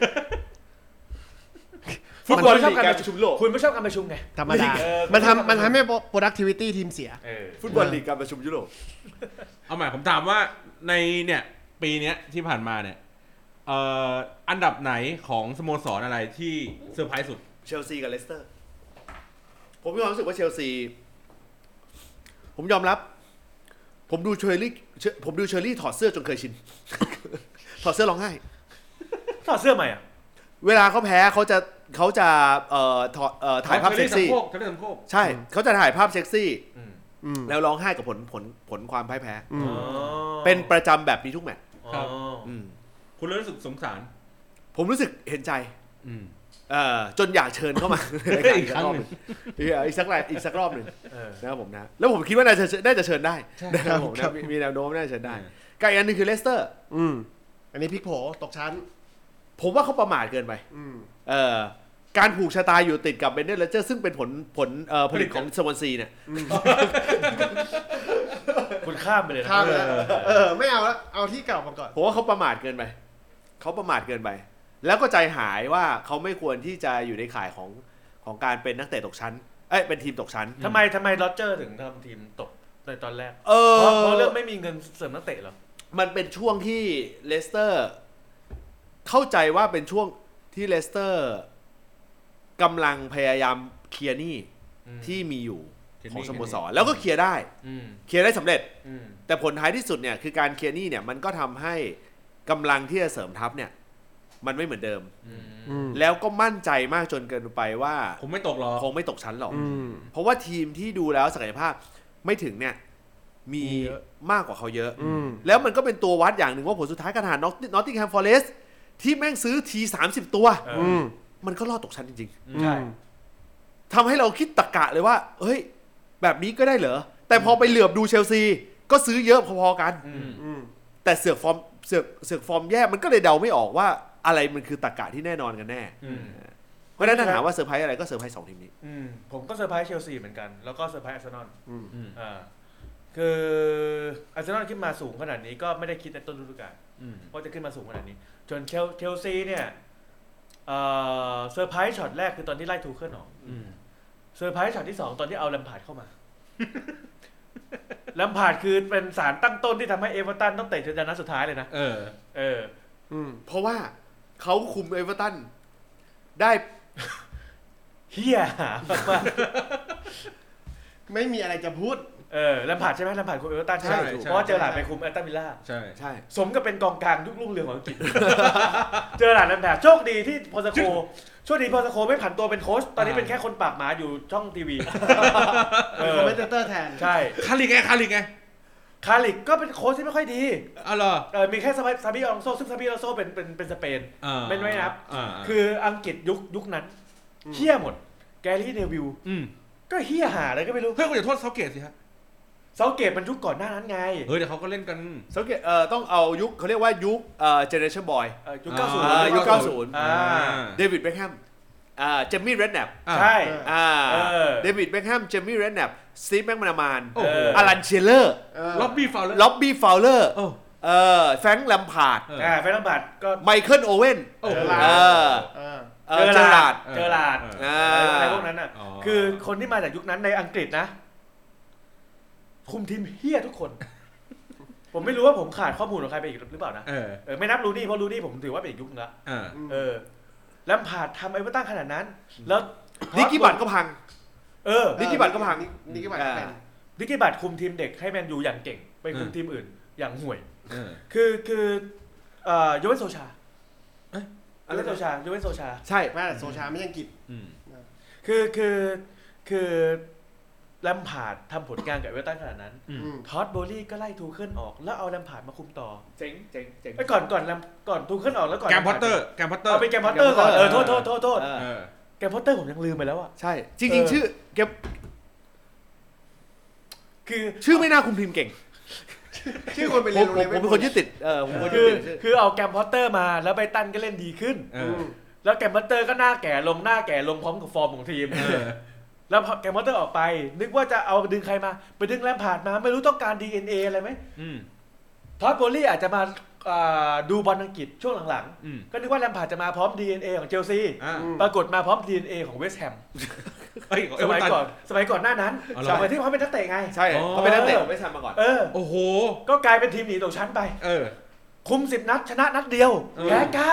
ฟุตบอลชอบการประชุมโลกคุณไม่ชอบการประชุมไงธรรมดามันทำให้ productivity ทีมเสียฟุตบอลลีกการประชุมยุโรปเอาใหม่ผมถามว่าในเนี่ยปีนี้ที่ผ่านมาเนี่ยอันดับไหนของสโมสรอะไรที่เซอร์ไพรส์สุดเชลซีกับเลสเตอร์ผมมีความรู้สึกว่าเชลซีผมยอมรับผมดูเชอรี่ถอดเสื้อจนเคยชินถอดเสื้อร้องไห้ถอดเสื้อใหม่อ่ะเวลาเขาแพ้เขาจะถ่ายภาพเซ็กซี่ใช่เขาจะถ่ายภาพเซ็กซี่แล้วร้องไห้กับผลความพ่ายแพ้เป็นประจำแบบนี้ทุกแมตช์คุณรู้สึกสงสารผมรู้สึกเห็นใจจนอยากเชิญเข้ามาอีกครั้งนึงอีกสักรอบหนึ่งนะครับผมนะแล้วผมคิดว่าน่าจะเชิญได้นะครับผมนะมีแนวโน้มน่าจะเชิญได้กับอีกอันนึงคือเลสเตอร์อันนี้พลิกโผตกชั้นผมว่าเขาประมาทเกินไปการผูกชะตาอยู่ติดกับเบนเดนเลเจอร์ซึ่งเป็นผลิตของสวอนซีเนี่ยคุณข้ามไปเลยนะไม่เอาแล้วเอาที่เก่ามาก่อนผมว่าเขาประมาทเกินไปแล้วก็ใจหายว่าเขาไม่ควรที่จะอยู่ในข่ายของการเป็นนักเตะตกชั้นเป็นทีมตกชั้นทำไมโรเจอร์ถึงทำทีมตกในตอนแรกเพราะเรื่องไม่มีเงินเสริมนักเตะหรอมันเป็นช่วงที่เลสเตอร์เข้าใจว่าเป็นช่วงที่เลสเตอร์กำลังพยายามเคลียร์หนี้ที่มีอยู่ของสโมสรแล้วก็เคลียร์ได้สำเร็จแต่ผลท้ายที่สุดเนี่ยคือการเคลียร์หนี้เนี่ยมันก็ทำให้กำลังที่จะเสริมทัพเนี่ยมันไม่เหมือนเดิมแล้วก็มั่นใจมากจนเกินไปว่าคงไม่ตกชั้นหรอกเพราะว่าทีมที่ดูแล้วศักยภาพไม่ถึงเนี่ยมีมากกว่าเขาเยอะแล้วมันก็เป็นตัววัดอย่างหนึ่งว่าผลสุดท้ายการหานอตติงแฮมฟอเรสต์ที่แม่งซื้อที30ตัวมันก็รอดตกชั้นจริงๆใช่ทำให้เราคิดตะกะเลยว่าเฮ้ยแบบนี้ก็ได้เหรอแต่พอไปเหลือบดูเชลซีก็ซื้อเยอะพอๆกันแต่เสือกฟอร์มแย่มันก็เลยเดาไม่ออกว่าอะไรมันคือตะกะที่แน่นอนกันแน่เพราะฉะนั้นถ้าถามว่าเซอร์ไพรส์อะไรก็เซอร์ไพรส์2ทีมนี้ผมก็เซอร์ไพรส์เชลซีเหมือนกันแล้วก็เซอร์ไพรส์อาร์เซนอลคืออาร์เซนอลขึ้นมาสูงขนาดนี้ก็ไม่ได้คิดในต้นฤดูกาลว่าจะขึ้นมาสูงขนาดนี้จนเชลซีเนี่ยเซอร์ไพรส์ช็อตแรกคือตอนที่ไล่ทูเคิลออกเซอร์ไพรส์ช็อตที่2ตอนที่เอาแลมพาร์ดเข้ามาแลมพาร์ดคือเป็นสารตั้งต้นที่ทำให้เอเวอร์ตันต้องเตะถึงนัดสุดท้ายเลยนะเพราะว่าเขาคุมเอเวอร์ตันได้เฮียมากไม่มีอะไรจะพูดแลมพาร์ดใช่ไหมแลมพาร์ดคุมเอเวอร์ตันใช่เพราะว่าเจอหลาดไปคุมแอสตันวิลล่าใช่สมกับเป็นกองกลางยุครุ่งเรืองของอังกฤษเจอหลาดแลมพาร์ดโชคดีที่พอสโคไม่ผันตัวเป็นโค้ชตอนนี้เป็นแค่คนปากหมาอยู่ช่องทีวีคอมเมนเตอร์แทนใช่คาริกไงคาริกก็เป็นโค้ชที่ไม่ค่อยดีอ๋อเหรอมีแค่ซาบิอลองโซซึ่งซาบิอลองโซเป็นสเปนไม่นับาคืออังกฤษยุคนั้นเฮี้ยหมดแกรี่เนวิลก็เฮี้ยหาอะไรก็ไม่รู้เพื่อนคุณอย่าโทษเซาเกตสิฮะเซาเกตมันยุคก่อนหน้านั้นไงเฮ้ยเดี๋ยวเขาก็เล่นกันสังเกตต้องเอายุคเขาเรียกว่ายุคเจเนอเรชั่นบอยยุค90 ยุค90เดวิดเบ็คแฮมเจมี่เรดแนปใช่เดวิดเบ็คแฮมเจมี่เรดแนปสตีฟแม็กมานามานอลันเชลเลอร์ล็อบบี้ฟาวเลอร์แฟรงค์แลมพาร์ดแฟรงค์แลมพาร์ดก็ไมเคิลโอเว่นเจอราร์ดอะไรพวกนั้นอ่ะคือคนที่มาจากยุคนั้นในอังกฤษนะคุมทีมเฮี้ยทุกคน ผมไม่รู้ว่าผมขาดข้อมูลของใครไปอีกหรือเปล่านะไม่นับรูนี่เพราะรูนี่ผมถือว่าเป็นอีกยุคนึงละแลมพาร์ดทำไอ้เวอร์ตันขนาดนั้นแล้วนิกกี้บัตก็พังนิกกี้บัตก็พังนิกกี้บัตคุมทีมเด็กให้แมนยูอย่างเก่งไปคุมทีมอื่นอย่างห่วยคือยูเวนโซชายูเวนโซชาใช่แม่โซชาไม่ใช่อังกฤษคือแลมพาร์ดทำผลงานกับเวอร์ตันขนาดนั้นท็อตโบลี่ก็ไล่ทูเคิลออกแล้วเอาแลมพาร์ดมาคุมต่อเจ๋งไอ้ก่อนทูเคิลออกแล้วก่อนแกมพอตเตอร์เอาไปแกมพอตเตอร์ก่อนโทษแกมพอตเตอร์ผมยังลืมไปแล้วอ่ะใช่จริงๆชื่อแกคือชื่อไม่น่าคุมทีมเก่งชื่อคนไปเรียนผมเป็นคนยึดติดคือเอาแกมพอตเตอร์มาแล้วไบรตันก็เล่นดีขึ้นแล้วแกมพอตเตอร์ก็หน้าแก่ลงพร้อมกับฟอร์มของทีมแล้วแกมพอตเตอร์ออกไปนึกว่าจะเอาดึงใครมาไปดึงแลมพาร์ดมาไม่รู้ต้องการ DNA อะไรไหมท็อตโบลี่อาจจะมาดูบอลอังกฤษช่วงหลังๆก็นึกว่าแลมพาร์ดจะมาพร้อม DNA ของเชลซีปรากฏมาพร้อม DNA ของเวสต์แฮมสมัยก่อนหน้านั้นสมัยที่เขาเป็นนักเตะไงใช่เขาเป็นนักเตะของเวสต์แฮมมาก่อนโอ้โหก็กลายเป็นทีมหนีตกชั้นไปคุม10 นัดชนะนัดเดียวแพ้9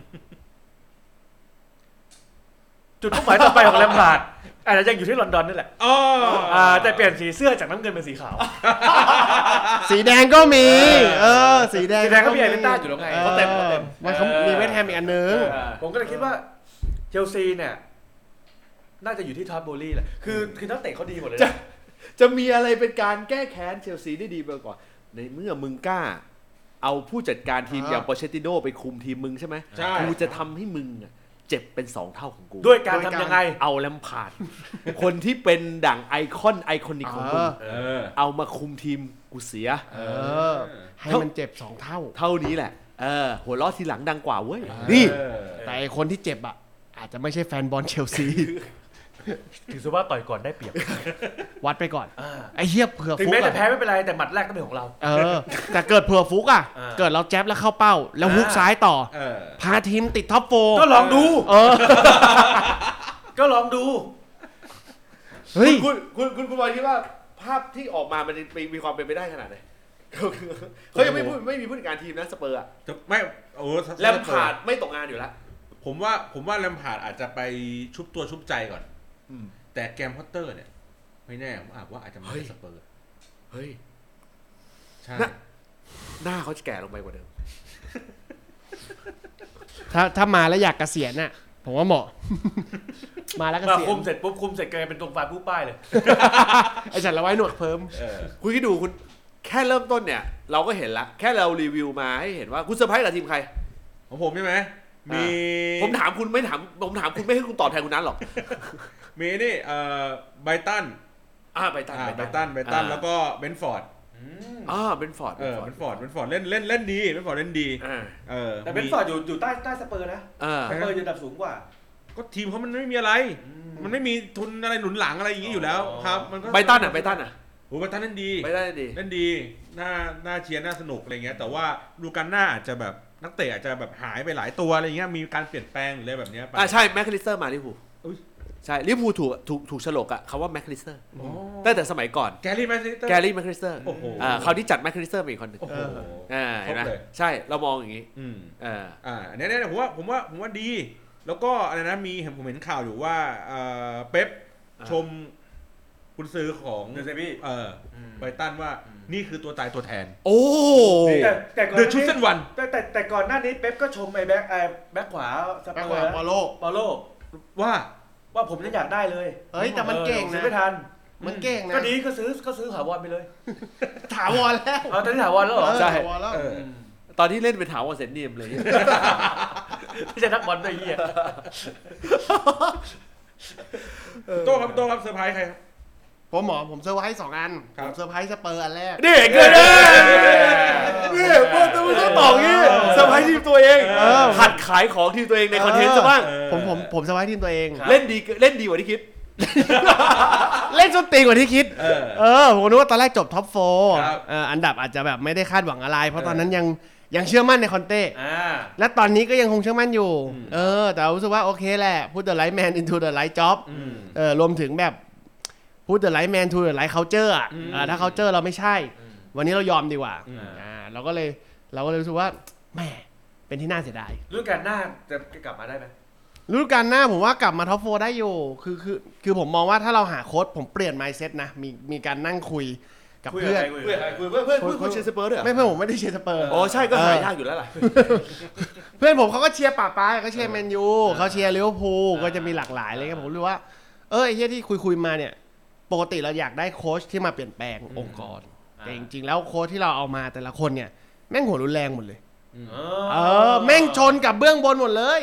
จุดมุ่งหมายต่อไปของแลมพาร์ดอาจจะยังอยู่ที่ลอนดอนนี่แหละแต่เปลี่ยนสีเสื้อจากน้ำเงินเป็นสีขาวสีแดงก็มีสีแดงก็มีไอริต้าอยู่แล้วไงเขาเต็มมันเขามีเวสต์แฮมอีกอันนึงผมก็เลยคิดว่าเชลซีเนี่ยน่าจะอยู่ที่ท็อตโบลี่แหละคือนักเตะเขาดีหมดเลยจะมีอะไรเป็นการแก้แค้นเชลซีได้ดีไปกว่าในเมื่อมึงกล้าเอาผู้จัดการทีมอย่างโปเชตติโน่ไปคุมทีมมึงใช่ไหมกูจะทำให้มึงเจ็บเป็น2 เท่าของกูด้วยการทำยังไงเอาแลมพาร์ดคนที่เป็นดั่งไอคอนิกของมึงเอามาคุมทีมกูเสียให้มันเจ็บ2 เท่านี้แหละหัวล้อทีหลังดังกว่าเว้ยนี่แต่คนที่เจ็บอาจจะไม่ใช่แฟนบอลเชลซีถือซะว่าต่อยก่อนได้เปรียบวัดไปก่อนไอ้เหี้ยเผื่อฟุกถึงแม้จะแพ้ไม่เป็นไรแต่หมัดแรกต้องเป็นของเราแต่เกิดเผื่อฟุกเกิดเราแจ๊บแล้วเข้าเป้าแล้วฮุกซ้ายต่อพาทีมติดท็อป4 ก็ลองดูก็ลองดูเฮ้ยคุณบอยคิดว่าภาพที่ออกมามันมีความเป็นไปได้ขนาดไหนเขายังไม่มีผู้จัดการทีมนะสเปอร์ไม่แลมพาร์ดไม่ตกงานอยู่แล้วผมว่าแลมพาร์ดอาจจะไปชุบตัวชุบใจก่อนแต่แกมพอตเตอร์เนี่ยไม่แน่ผมว่าอาจจะไม่ใช่สเปอร์เฮ้ยใช่หน้าเขาจะแก่ลงไปกว่าเดิมถ้ามาแล้วอยากเกษียณน่ะผมว่าเหมาะมาแล้วเกษียณคุมเสร็จปุ๊บคุมเสร็จกลายเป็นตรงฟ้าผู้ป้ายเลยไอ้ฉันละไว้หนวดเพิ่มคุณคิดดูคุณแค่เริ่มต้นเนี่ยเราก็เห็นละแค่เรารีวิวมาให้เห็นว่าคุณเซอร์ไพรส์กับทีมใครของผมใช่ไหมมีผมถามคุณไม่ให้คุณตอบแทนคุณนั้นหรอกมีนี่ไบรตันไบรตันแล้วก็เบนฟอร์ดเบนฟอร์ดเล่นดีเบนฟอร์ดเล่นดีแต่เบนฟอร์ดอยู่ใต้สเปอร์นะสเปอร์อยู่อันดับสูงกว่าก็ทีมเขามันไม่มีอะไรมันไม่มีทุนอะไรหนุนหลังอะไรอย่างนี้อยู่แล้วครับมันก็ไบรตันโอ้ไบรตันเล่นดีเล่นดีน่าเชียร์น่าสนุกอะไรเงี้ยแต่ว่าดูกันหน้าอาจจะแบบนักเตะอาจจะแบบหายไปหลายตัวอะไรเงี้ยมีการเปลี่ยนแปลงหรืออะไรแบบเนี้ยใช่แมคคาลิสเตอร์มาลิเวอร์พูลใช่ลิเวอร์พูลถูกฉลกคำว่าแมคคาลิสเตอร์ตั้งแต่สมัยก่อนแกรี่แมคคาลิสเตอร์เขาที่จัดแมคคาลิสเตอร์เป็นอีกคนหนึ่งเห็นไหมใช่เรามองอย่างนี้อันนี้ผมว่าดีแล้วก็อะไรนะผมเห็นข่าวอยู่ว่าเป๊ปชมกุนซือของเดซบี้ไบรตันว่านี่คือตัวตายตัวแทนโอ้แต่เดือดชุดเส้นวันแต่ก่อนหน้านี้เป๊ปก็ชมไอ้แบ็คขวาปาโลว่าผมยังอยากได้เลยเฮ้ยแต่มันเก่งนะไม่ทันมันเก่งนะก็ดีก็ซื้อถาวรไปเลยถาวรแล้วเอาตอนนี้ถาวรแล้วเหรอใช่ถาวรแล้วตอนที่เล่นเป็นถาวรเซนเนียมเลยไม่ใช่นักบอลด้วยเหี้ยโต้ครับเซอร์ไพรส์ใครครับผมเซอร์ไพรส์2 อันครับผมเซอร์ไพรส์สเปอร์อันแรกนี่เกินเลยนี่มันต้องตอบงี้เซอร์ไพรส์ทีมตัวเองหัดขายของทีมตัวเองในคอนเทนต์ซะบ้างผมเซอร์ไพรส์ทีมตัวเองเล่นดีกว่าที่คิดเล่นส้นตีนกว่าที่คิดเออผมนึกว่าตอนแรกจบท็อปโฟร์ครับอันดับอาจจะแบบไม่ได้คาดหวังอะไร เพราะตอนนั้นยังเชื่อมั่นในคอนเต้ และตอนนี้ก็ยังคงเชื่อมั่นอยู่ แต่รู้สึกว่าโอเคแหละ put the right man into the right job รวมถึงแบบ put the right man to the right culture อ่ะถ้า culture เราไม่ใช่ วันนี้เรายอมดีกว่าเราก็เลยรู้สึกว่าแหมเป็นที่น่าเสียดายฤดูกาลหน้าจะกลับมาได้ไหมฤดูกาลหน้าผมว่ากลับมาท็อปโฟร์ได้อยู่คือผมมองว่าถ้าเราหาโค้ชผมเปลี่ยน mindset นะมีการนั่งคุยกับเพื่อนเพื่อนเชียร์สเปอร์ด้วยเหรอไม่เพื่อนผมไม่ได้เชียร์สเปอร์อ๋อใช่ก็หายากอยู่แล้วล่ะเพื่อนผมเขาก็เชียร์ป่าป้าเขาเชียร์แมนยูเขาเชียร์ลิเวอร์พูลก็จะมีหลากหลายเลยครับผมรู้ว่าไอ้เหี้ยที่คุยมาเนี่ยปกติเราอยากได้โค้ชที่มาเปลี่ยนแปลงองค์กรแต่จริงๆแล้วโค้ชที่เราเอามาแต่ละคนเนี่ยแม่งหัวรุนแรงหมดเลยแม่งชนกับเบื้องบนหมดเลย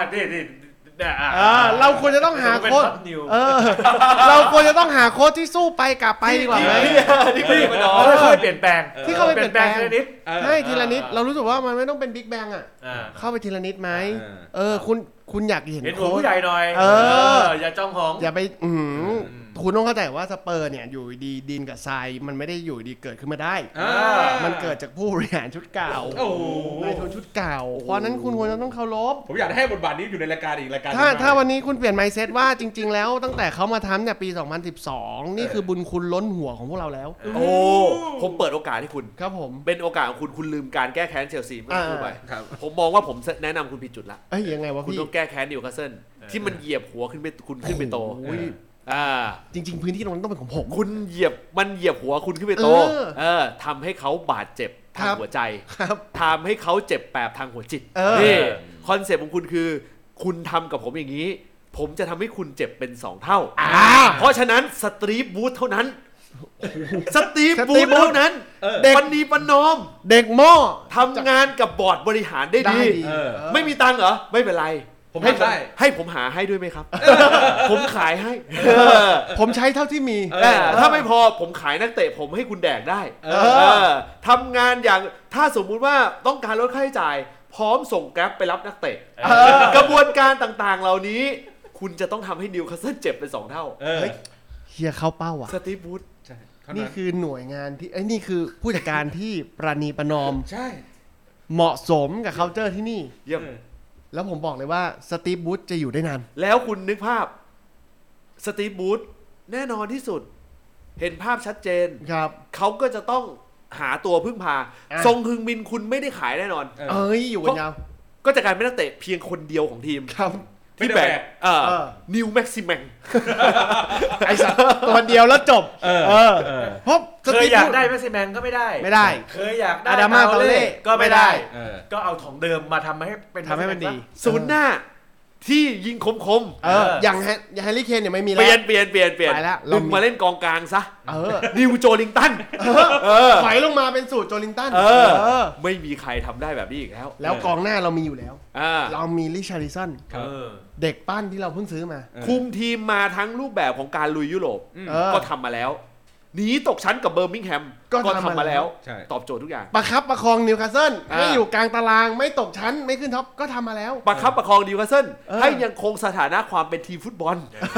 เราควรจะต้องหาโค้ชเราควรจะต้องหาโค้ชที่สู้ไปกลับไปดีกว่าไหมที่ค่อยเปลี่ยนแปลงที่เข้าไปเปลี่ยนแปลงทีละนิดใช่ทีละนิดเรารู้สึกว่ามันไม่ต้องเป็นบิ๊กแบงอ่ะเข้าไปทีละนิดไหมคุณอยากเห็นหัวโค้ชผู้ใหญ่หน่อยอย่าจ้องหองอย่าไปคุณต้องเข้าใจว่าสเปอร์เนี่ยอยู่ดีดินกับทรายมันไม่ได้อยู่ดีเกิดขึ้นมาได้มันเกิดจากผู้บริหารชุดเก่าในทุนชุดเก่าเพราะนั้นคุณควรจะต้องเคารพผมอยากให้บทบาทนี้อยู่ในรายการอีกรายการถ้าวันนี้คุณเปลี่ยน mindset ว่าจริงๆแล้วตั้งแต่เขามาทำเนี่ยปี 2012 นี่คือบุญคุณล้นหัวของพวกเราแล้วโอ้ผมเปิดโอกาสให้คุณครับผมเป็นโอกาสของคุณลืมการแก้แค้นเชลซีเมื่อพูดไปครับผมมองว่าผมแนะนำคุณผิดจุดละยังไงวะคุณพี่ต้องแก้แค้นนิวคาสเซิลที่มันเหยียบหัวขึ้นไปคุณขึ้นไปโตจริงๆพื้นที่ตรงนั้นต้องเป็นของผมคุณเหยียบหัวคุณขึ้นไปโตทำให้เขาบาดเจ็บทางหัวใจทำให้เขาเจ็บแปบทางหัวจิตนี่คอนเซ็ปต์ของคุณคือคุณทำกับผมอย่างนี้ผมจะทำให้คุณเจ็บเป็น2เท่าเพราะฉะนั้นสตรีฟบูธเท่านั้นสตรีฟบูธเท่านั้นปณีประนอมเด็กหม้อทำงานกับบอร์ดบริหารได้ดีไม่มีตังค์เหรอไม่เป็นไรให้ผมหาให้ด้วยไหมครับ ผมขายให้ผมใช้เท่าที่มีถ้าไม่พอผมขายนักเตะผมให้คุณแดกได้ทำงานอย่างถ้าสมมุติว่าต้องการลดค่าใช้จ่ายพร้อมส่งแกร็บไปรับนักเตะกระบวนการต่างๆเหล่านี้คุณจะต้องทำให้นิวคาสเซิลเจ็บเป็น2เท่าเฮียเข้าเป้าอ่ะสตีฟบูธนี่คือหน่วยงานที่นี่คือผู้จัดการที่ประนีประนอมใช่เหมาะสมกับ culture ที่นี่เยี่ยมแล้วผมบอกเลยว่าสตีฟบูธจะอยู่ได้นานแล้วคุณนึกภาพสตีฟบูธแน่นอนที่สุดเห็นภาพชัดเจนครับเขาก็จะต้องหาตัวพึ่งพาซงฮึงมินคุณไม่ได้ขายแน่นอนอยู่กันยาวก็จะกลายเป็นนักเตะเพียงคนเดียวของทีมครับที่แบกนิวแม็กซิแมงไอ้สัตว์ตัวเดียวแล้วจบเพราะเคยอยากได้แม็กซิแมงก็ไม่ได้เคยอยากได้อาดามาเตเล่ก็ไม่ได้ก็เอาของเดิมมาทำให้มันดีศูนย์หน้าที่ยิงคมอย่างแฮร์รี่เคนเนี่ยไม่มีแล้วเปลี่ยนดึงมาเล่นกองกลางซะนิวโจลิงตันถอยลงมาเป็นสูตรโจลิงตันไม่มีใครทำได้แบบนี้อีกแล้วกองหน้าเรามีอยู่แล้วเรามีริชาร์ลิสันเด็กปั้นที่เราเพิ่งซื้อมาคุมทีมมาทั้งรูปแบบของการลุยยุโรปก็ทำมาแล้วหนีตกชั้นกับเบอร์มิงแฮมก็ทำมาแล้วตอบโจทย์ทุกอย่างประคับประคองนิวคาสเซิลให้อยู่กลางตารางไม่ตกชั้นไม่ขึ้นท็อปก็ทำมาแล้วประคับประคองนิวคาสเซิลให้ยังคงสถานะความเป็นทีมฟุตบอล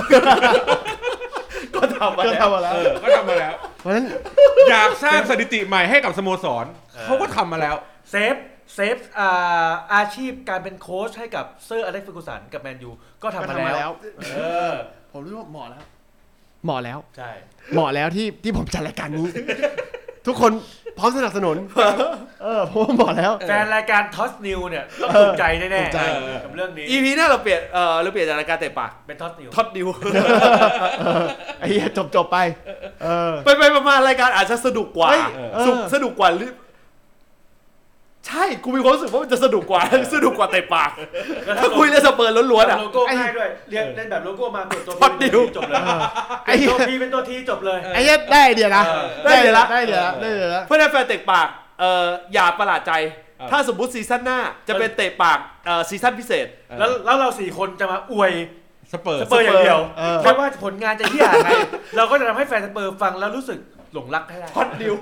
ก็ทำมาแล้วเพราะฉะนั้นอยากสร้างสถิติใหม่ให้กับสโมสรเขาก็ทำมาแล้วเซฟอาชีพการเป็นโค้ชให้กับเซอร์อเล็กซ์เฟอร์กูสันกับแมนยูก็ทำมาแล้วผมรู้ว่าเหมาะแล้วใช่เหมาะแล้วที่ผมจัดรายการนี้ ทุกคนพร้อมสนับสนุนผมบอกแล้วแฟนรายการทอสนิวเนี่ยต้องถูกใจแน่ๆกับเรื่องนี้ EP หน้าเราเปลี่ยนจากรายการเตะปากเป็นทอสนิวไอ้เหี้ยจบไปไปประมาณรายการอาจจะสนุกกว่าหรือใช่กูมีความรู้สึกว่ามันจะสนุกกว่าเตะปากถ้าคุยเรื่องสเปอร์ล้วนๆอ่ะโลโก้ง่ายด้วยเล่นแบบโลโก้มาเปลี่ยนตัวพอดดิวจบเลยไอ้ตัวพีเป็นตัวทีจบเลยไอ้เหี้ยได้เดียวนะได้เดี๋ยวละแล้วเพื่อนแฟนเตะปากอย่าประหลาดใจถ้าสมมุติซีซั่นหน้าจะเป็นเตะปากซีซั่นพิเศษแล้วเรา4 คนจะมาอวยสเปอร์สเปอร์อย่างเดียวไม่ว่าผลงานจะเหี้ยไงเราก็จะทำให้แฟนสเปอร์ฟังแล้วรู้สึกหลงรักให้ได้พอดดิว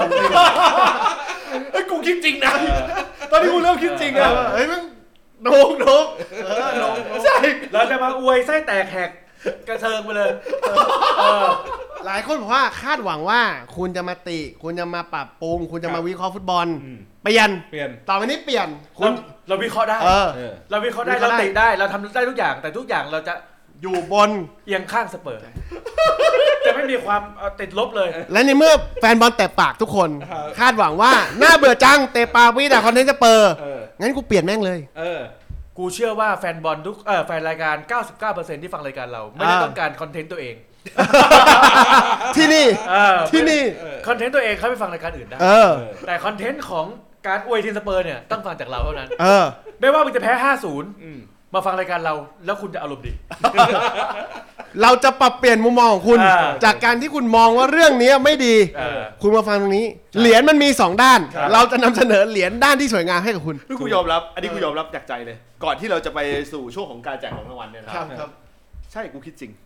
ไอ้กูคิดจริงนะตอนนี้กูเริ่มคิดจริงอะเฮ้ยมึงโนกใช่เราจะมาอวยไส้แตกแหกกระเซิงไปเลยหลายคนบอกว่าคาดหวังว่าคุณจะมาติคุณจะมาปรับปรุงคุณจะมาวิเคราะห์ฟุตบอลเปลี่ยนต่อไปนี้เปลี่ยนคุณเราวิเคราะห์ได้เราวิเคราะห์ได้เราติได้เราทำได้ทุกอย่างแต่ทุกอย่างเราจะอยู่บนเอียงข้างสเปอร์จะไม่มีความติดลบเลยและในเมื่อแฟนบอลแตะปากทุกคนคาดหวังว่าน่าเบื่อจังเตะปากพี่แต่คอนเทนต์สเปอร์งั้นกูเปลี่ยนแม่งเลยกูเชื่อว่าแฟนบอลทุกแฟนรายการ 99% ที่ฟังรายการเราไม่ได้ต้องการคอนเทนต์ตัวเองที่นี่คอนเทนต์ตัวเองเขาไปฟังรายการอื่นได้แต่คอนเทนต์ของการอวยทีมสเปอร์เนี่ยต้องฟังจากเราเท่านั้นไม่ว่ามึงจะแพ้ 5-0 มาฟังรายการเราแล้วคุณจะอารมณ์ดีเราจะปรับเปลี่ยนมุมมองของคุณจากการที่คุณมองว่าเรื่องนี้ไม่ดีคุณมาฟังตรงนี้เหรียญมันมี2ด้านเราจะนำเสนอเหรียญด้านที่สวยงามให้กับคุณกูยอมรับอันนี้กูยอมรับจากใจเลยก่อนที่เราจะไปสู่ช่วงของการแจกของรางวัลเนี่ยนะครับใช่กูคิดจริง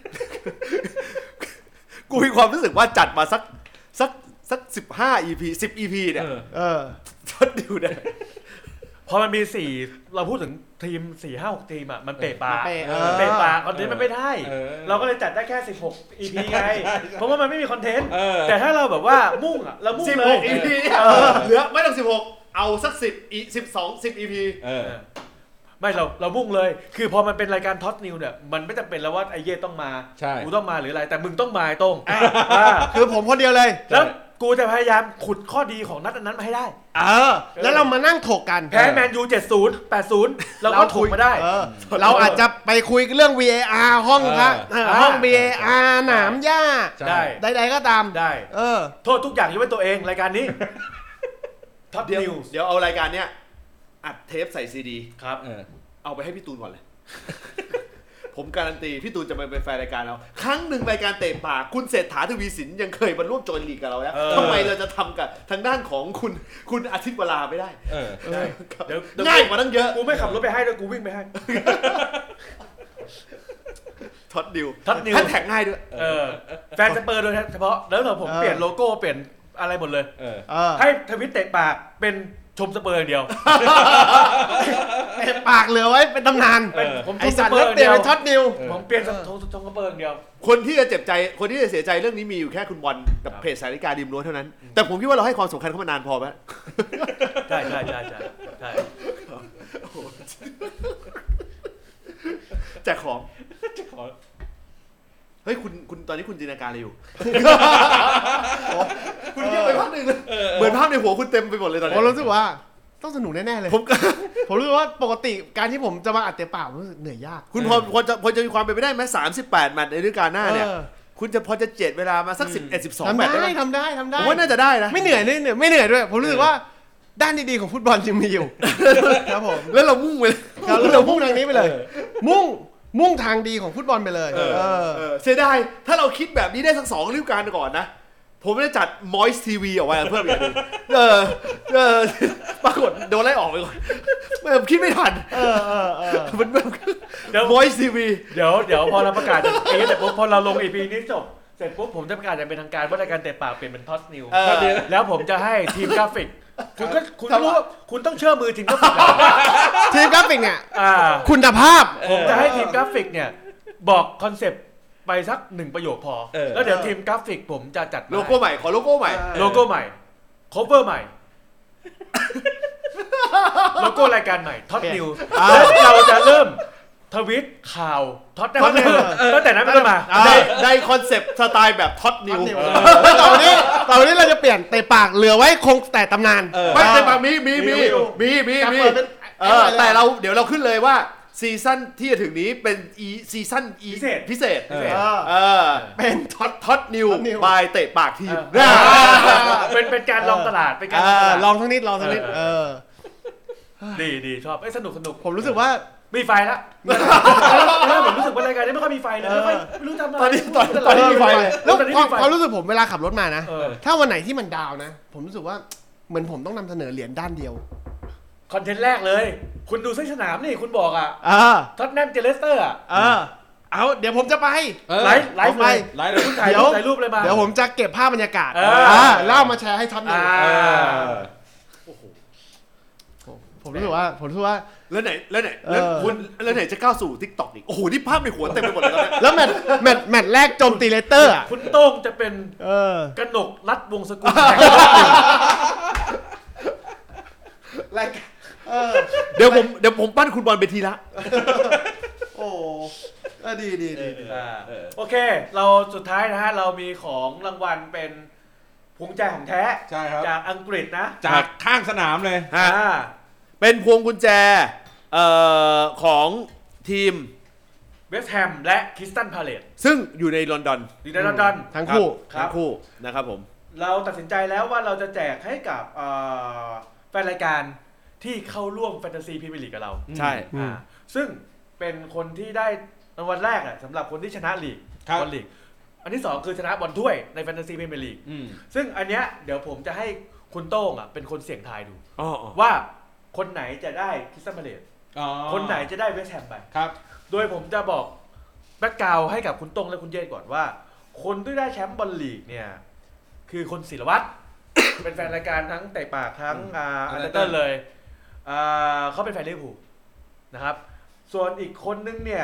กูมีความรู้สึกว่าจัดมาสัก15 EP 10 EP เนี่ยทดดิวได้พอมันมี4เราพูดถึงทีม 4-5-6 ทีมอ่ะมันเปะปาคอนเทนต์มันไม่ได้เราก็เลยจัดได้แค่16 EP ไงเพราะว่ามันไม่มีคอนเทนต์แต่ถ้าเราแบบว่ามุ่งอ่ะเรามุ่งเลย 16 EP เหลือไม่ต้อง16เอาสัก10 EP ไม่เรามุ่งเลยคือพอมันเป็นรายการท็อตนิวเนี่ยมันไม่จำเป็นแล้วว่าไอ้เย่ต้องมากูต้องมาหรืออะไรแต่มึงต้องมาตรงคือผมคนเดียวเลยแล้วกูจะพยายามขุดข้อดีของนัดนั้นมาให้ได้แล้วเรามานั่งถกกันแพ้แมนยู 70 80เราก็ถกมาได้เราอาจจะไปคุยเรื่อง VAR ห้องพระห้อง VAR หนามหญ้าได้ใดๆก็ตามได้โทษทุกอย่างยกเว้นตัวเองรายการนี้ท็อตนิวเดี๋ยวเอารายการเนี้ยอัดเทปใส่ซีดีครับเอาไปให้พี่ตูนก่อนเลยผมการันตีพี่ตูนจะมาเป็นแฟนรายการเราครั้งหนึ่งรายการเตะปากคุณเศรษฐาทวีสินยังเคยมาร่วมจอยลีกกับเราแล้วทำไมเราจะทำกับทางด้านของคุณอาทิตย์เวลาไม่ได้ง่ายกว่านั้นเยอะกูไม่ขับรถไปให้ด้วยกูวิ่งไปให้ท็อตดิวท่านแท็กง่ายด้วยแฟนสเปอร์โดยเฉพาะแล้วผมเปลี่ยนโลโก้เปลี่ยนอะไรหมดเลยให้ทวิตเตะปากเป็นชมสเปอร์อย่างเดียวปากเหลือไว้เป็นตำนานผมไอสัตว์แล้วเปลี่ยนเป็นท็อตนิวผมเปลี่ยนชมสเปอร์อย่างเดียวคนที่จะเจ็บใจคนที่จะเสียใจเรื่องนี้มีอยู่แค่คุณบอลกับเพจสาริกาดิมล้วนเท่านั้นแต่ผมคิดว่าเราให้ความสำคัญเขามานานพอไหมใช่แจกของเฮ้ยคุณตอนนี้คุณจินตนาการอะไรอยู่คุณเงียบไปพักหนึ่งเลยเหมือนภาพในหัวคุณเต็มไปหมดเลยตอนนี้ผมรู้สึกว่าต้องสนุกแน่ๆเลยผมรู้ว่าปกติการที่ผมจะมาอัดเตะเปล่ารู้สึกเหนื่อยยากคุณพอจะมีความเป็นไปได้ไหม38 แมตช์ในฤดูกาลหน้าเนี่ยคุณจะพอจะเจ็ดเวลามาสัก11-12 แมตช์ได้ทำได้ผมว่าน่าจะได้นะไม่เหนื่อยด้วยผมรู้สึกว่าด้านดีๆของฟุตบอลยังมีอยู่ครับผมแล้วเรามุ่งไปเรามุ่งทางนี้ไปเลยมุ่งทางดีของฟุตบอลไปเลยเสียดายถ้าเราคิดแบบนี้ได้สัก2 ฤดูกาลก่อนนะผมจะจัด Moist TV ออกไว้เพิ่มอีกนึงปรากฏโดนไล่ออกไปก่อนแบบคิดไม่ทันมันแบบเดี๋ยว Moist TV เดี๋ยวพอเราประกาศเสร็จปุ๊บพอเราลง EP นี้จบเสร็จปุ๊บผมจะประกาศอย่างเป็นทางการว่ารายการเตะปากเปลี่ยนเป็นท็อตนิวแล้วผมจะให้ทีมกราฟิกคุณรู้ว่าคุณต้องเชื่อมือทีมกราฟิกทีมกราฟิกเนี่ยคุณภาพผมจะให้ทีมกราฟิกเนี่ยบอกคอนเซปต์ไปสัก1 ประโยคพอแล้วเดี๋ยวทีมกราฟิกผมจะจัดโลโก้ใหม่ขอโลโก้ใหม่โคเวอร์ใหม่โลโก้รายการใหม่ท็อตนิวเราจะเริ่มทวิตข่าวท็อตนิวตั้งแต่นั้นเป็นต้นมาได้คอนเซปต์สไตล์แบบท็อตนิวแล้วตอนนี้เราจะเปลี่ยนเตะปากเหลือไว้คงแต่ตำนานไม่เตะปากมีแต่เราเดี๋ยวเราขึ้นเลยว่าซีซั่นที่จะถึงนี้เป็นซีซั่นพิเศษเป็นท็อตนิวบายเตะปากทีมเป็นการลองตลาดเป็นการลองทั้งนิดดีชอบสนุกผมรู้สึกว่ามีไฟแล้วผมรู้สึกว่ารายการนี้ไม่ค่อยมีไฟเลยไม่รู้ทำอะไรตอนนี้มีไฟเลยแล้วความรู้สึกผมเวลาขับรถมานะถ้าวันไหนที่มันดาวนะผมรู้สึกว่าเหมือนผมต้องนำเสนอเหรียญด้านเดียวคอนเทนต์แรกเลยคุณดูเส้นสนามนี่คุณบอกท็อตแนมเจเลสเตอร์เอาเดี๋ยวผมจะไปไลฟ์เลยคุณถ่ายรูปเลยมาเดี๋ยวผมจะเก็บภาพบรรยากาศเล่ามาแชร์ให้ท็อตนิวผมรู้สึกว่าแล้วไหนคุณแล้วไหนจะก้าวสู่ TikTok อีกโอ้โหนี่ภาพในหัวเต็มไปหมดเลยแล้วแมตช์แรกโจมตีเลสเตอร์คุณโต้งจะเป็นกนกรัฐวงศ์สกุลเดี๋ยวผมปั้นคุณบอลไปทีละโอ้ดีโอเคเราสุดท้ายนะฮะเรามีของรางวัลเป็นพวงกุญแจของแท้จากอังกฤษนะจากข้างสนามเลยเป็นพวงกุญแจของทีมเวสต์แฮมและคริสตัลพาเลซซึ่งอยู่ในลอนดอนทั้งคู่นะครับผมเราตัดสินใจแล้วว่าเราจะแจกให้กับแฟนรายการที่เข้าร่วมแฟนตาซีพรีเมียร์ลีกกับเราใช่ซึ่งเป็นคนที่ได้รางวัลแรกสำหรับคนที่ชนะลีกบอลลีกอันที่2คือชนะบอลถ้วยในแฟนตาซีพรีเมียร์ลีกซึ่งอันเนี้ยเดี๋ยวผมจะให้คุณโต้งเป็นคนเสี่ยงทายดูว่าคนไหนจะได้คริสตัลพาเลซคนไหนจะได้เวสต์แฮมไปโดยผมจะบอกแบ็คกราวด์ให้กับคุณโต้งและคุณเยศก่อนว่าคนที่ได้แชมป์บอลลีกเนี่ยคือคนศิลวัตร เป็นแฟนรายการทั้งเตะปากทั้งอันเดอร์เลยเขาเป็นแฟนลิเวอร์พูลนะครับส่วนอีกคนนึงเนี่ย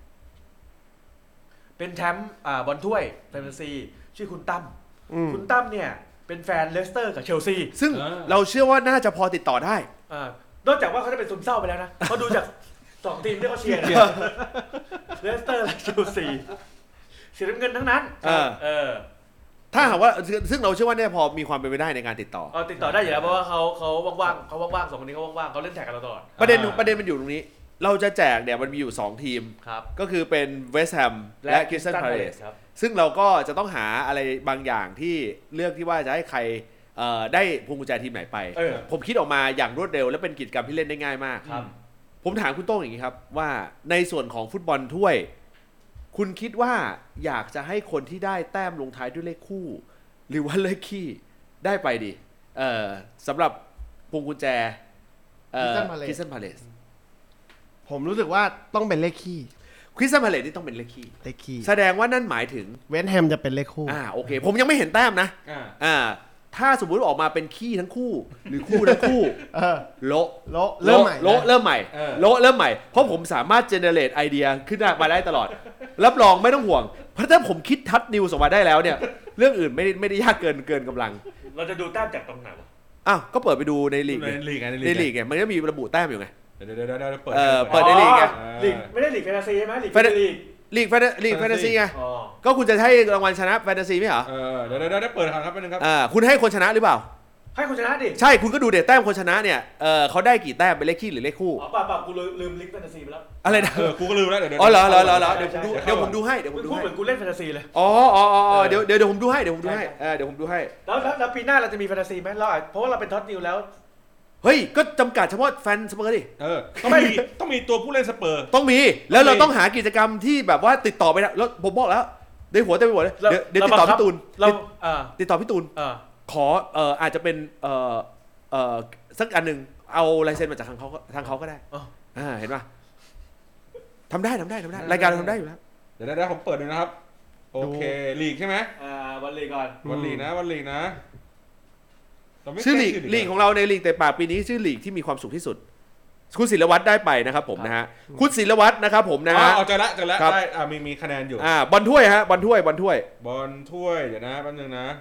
เป็นแชมป์บอลถ้วยแฟนตาซีชื่อคุณตั้มเนี่ยเป็นแฟนเลสเตอร์กับเชลซีซึ่งเราเชื่อว่าน่าจะพอติดต่อได้นอกจากว่าเขาจะเป็นซึมเศร้าไปแล้วนะเขาดูจาก2ทีมที่เขาเชียร์เลสเตอร์และเชลซีสีน้ำเงินทั้งนั้นถ้าหากว่าซึ่งเราเชื่อว่าเนี่ยพอมีความเป็นไปได้ในการติดต่อติดต่อได้อยู่แล้วเพราะว่าเขาว่างๆ2คนนี้เขาว่างๆเขาเล่นแท็กกันเราตลอดประเด็นมันอยู่ตรงนี้เราจะแจกเนี่ยมันมีอยู่2ทีมก็คือเป็นเวสต์แฮมและคริสตัลพาเลซซึ่งเราก็จะต้องหาอะไรบางอย่างที่เลือกที่ว่าจะให้ใครได้พวงกุญแจทีมไหนไปผมคิดออกมาอย่างรวดเร็วและเป็นกิจกรรมที่เล่นได้ง่ายมากผมถามคุณโต้งอย่างนี้ครับว่าในส่วนของฟุตบอลถ้วยคุณคิดว่าอยากจะให้คนที่ได้แต้มลงท้ายด้วยเลขคู่หรือว่าเลขคี่ได้ไปดิสำหรับพวงกุญแจคริสตัลพาเลซผมรู้สึกว่าต้องเป็นเลขคี่คริสตัลพาเลซนี่ต้องเป็นเลขคี่แสดงว่านั่นหมายถึงเวสต์แฮมจะเป็นเลขคู่โอเคผมยังไม่เห็นแต้มนะถ้าสมมุติออกมาเป็นขี้ทั้งคู่หรือคู่ทั้งคู่โลเริ่มใหม่เพราะผมสามารถเจเนเรตไอเดียขึ้นมาได้ตลอดรับรองไม่ต้องห่วงเพราะถ้าผมคิดทัดนิวส์ออกมาได้แล้วเนี่ยเรื่องอื่นไม่ได้ยากเกินกำลังเราจะดูแต้มจากตรงไหนวะก็เปิดไปดูในลีกไงมันก็มีระบุแต้มอยู่ไงเดี๋ยวเปิดในลีกไงลีกไม่ได้ลีกแฟนตาซีใช่ไหมลีกแฟนตาซีไงก็คุณจะให้รางวัลชนะแฟนตาซีไม่เหรอเดี๋ยวเปิดครับเป็นนึงครับคุณให้คนชนะหรือเปล่าให้คนชนะดิใช่คุณก็ดูเดทแต้มคนชนะเนี่ยเขาได้กี่แต้มเป็นเลขคี่หรือเลขคู่ป่ากูลืมลิงก์แฟนตาซีไปแล้วอะไรนะกูก็ลืมแล้วเดี๋ยวเหรอเดี๋ยวผมดูให้พูดเหมือนกูเล่นแฟนตาซีเลยเดี๋ยวผมดูให้แล้วปีหน้าเราจะมีแฟนตาซีไหมเราเพราะว่าเราเป็นท็อตนิวแล้วเฮ้ยก็จำกัดเฉพาะแฟนสเปอร์ดิต้องมีตัวผู้เล่นสเปอร์ต้องมีแล้วเราต้องหากิจกรรมที่แบบว่าติดต่อไปแล้วผมบอกแล้วได้หัวเต็มไปหมดเลยเดี๋ยวติดต่อพี่ตูนติดต่อพี่ตูนขออาจจะเป็นสักอันหนึ่งเอาลายเซ็นมาจากทางเขาก็ได้เห็นป่ะทำได้รายการเราทำได้อยู่แล้วเดี๋ยวผมเปิดดูนะครับโอเคลีกใช่ไหมวันลีกก่อนวันลีกนะชื่อลีกของเราในลีกเตะปากปีนี้ชื่อลีกที่มีความสุขที่สุดคุณศิลวัฒน์ได้ไปนะครับผมนะฮะคุณศิลวัฒน์นะครับผมนะฮะเจอแล้วได้มีคะแนนอยู่บอลถ้วยฮะบอลถ้วยเดี๋ยวนะแป๊บนึงนะ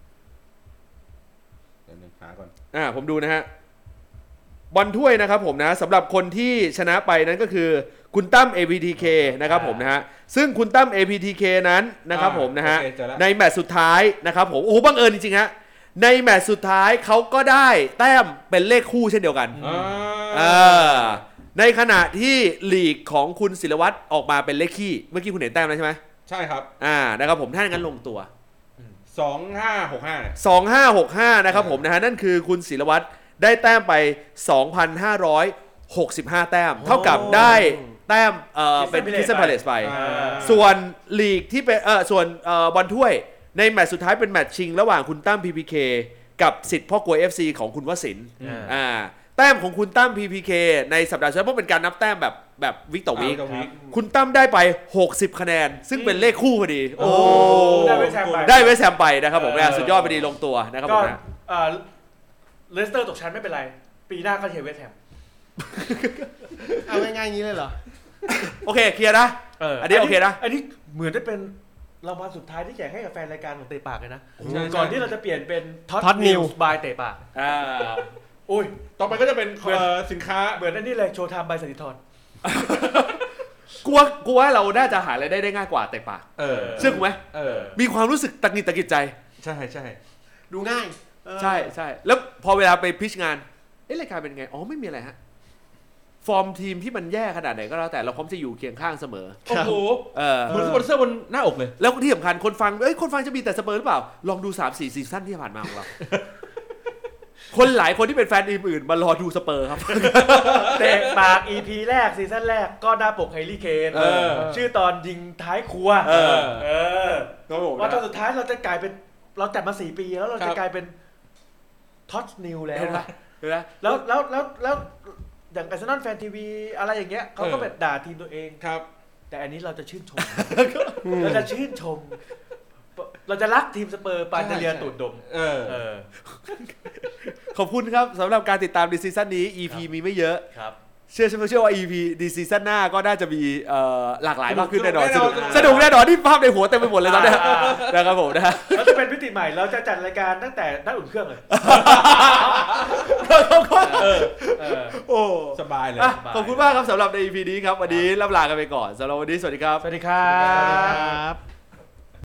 เดี๋ยวหาก่อนผมดูนะฮะบอลถ้วยนะครับผมนะสำหรับคนที่ชนะไปนั้นก็คือคุณตั้ม APTK นะครับผมนะฮะซึ่งคุณตั้ม APTK นั้นนะครับผมนะฮะในแมตช์สุดท้ายนะครับผมโอ้โหบังเอิญจริงๆฮะในแมตช์สุดท้ายเขาก็ได้แต้มเป็นเลขคู่เช่นเดียวกันในขณะที่ลีกของคุณศิลวัตรออกมาเป็นเลขขี้เมื่อกี้คุณเห็นแต้มแล้วใช่ไหมใช่ครับนะครับผมถ้าอย่างนั้นลงตัว 2565 2565นะครับผมนะฮะนั่นคือคุณศิลวัตรได้แต้มไป 2,565 แต้มเท่ากับได้แต้มเป็นคริสตัลพาเลซไปส่วนลีกที่เป็นส่วนบอลถ้วยในแมตช์สุดท้ายเป็นแมตช์ชิงระหว่างคุณตั้ม PPK กับสิทธิ์พ่อกลัว FC ของคุณวสินทร์แต้มของคุณตั้ม PPK ในสัปดาห์สุดท้ายเพราะเป็นการนับแต้มแบบวิกต่อวิกคุณตั้มได้ไป60คะแนนซึ่งเป็นเลขคู่พอดีโอ้ได้เวสแฮมไปนะครับผมสุดยอดพอดีลงตัวนะครับผมนะเลสเตอร์ตกชั้นไม่เป็นไรปีหน้าก็เชียร์เวสแฮมเอาง่ายๆอย่างนี้เลยเหรอโอเคเคลียร์นะอันนี้โอเคนะอันนี้เหมือนจะเป็นรางวัลสุดท้ายที่แจกให้กับแฟนรายการของเตะปากเลยนะก่อนที่เราจะเปลี่ยนเป็นท็อตนิวส์บายเตะปากอุ้ยต่อไปก็จะเป็นสินค้าเหมือนนั่นนี่เลยโชว์ไทม์บายสันติธรกลัวเราน่าจะหารายได้ง่ายกว่าเตะปากเชื่อกูไหมมีความรู้สึกตะกิดใจใช่ใช่ดูง่ายใช่แล้วพอเวลาไปพิชงานรายการเป็นไงอ๋อไม่มีอะไรฮะฟอร์มทีมที่มันแย่ขนาดไหนก็แล้วแต่เราพร้อมจะอยู่เคียงข้างเสมอโอ้โหเหมือนสปอนเซอร์บนหน้าอกเลยแล้วที่สำคัญคนฟังจะมีแต่สเปอร์หรือเปล่าลองดู 3-4 ซีซั่นที่ผ่านมาของเราคนหลายคนที่เป็นแฟนทีมอื่นมารอดูสเปอร์ครับเตะปาก EP แรกซีซั่นแรกก็หน้าปกไฮรี่เคนชื่อตอนยิงท้ายครัวว่าตอนสุดท้ายเราจะกลายเป็นเราจัดมา4 ปีแล้วเราจะกลายเป็นท็อตนิวแล้วแล้วอย่างอาร์เซนอลแฟนทีวีอะไรอย่างเงี้ยเขาก็แบบด่าทีมตัวเองครับแต่อันนี้เราจะชื่นชมเราจะชื่นชมเราจะรักทีมสเปอร์ปานจะเรียนตูดดมขอบคุณครับสำหรับการติดตามดีซีซั่นนี้ EP มีไม่เยอะครับเชื่อว่า EP ดีซีซั่นหน้าก็น่าจะมีหลากหลายมากขึ้นแน่นอนสนุกแน่นอนที่ภาพในหัวเต็มไปหมดเลยตอนนี้นะครับผมนะเราจะเป็นมิติใหม่เราจะจัดรายการตั้งแต่นัดอุ่นเครื่องเลยโอ้สบายเลยขอบคุณมากครับสำหรับใน EP นี้ครับวันนี้ลากันไปก่อนสำหรับวันนี้สวัสดีครับสวัสดีครับ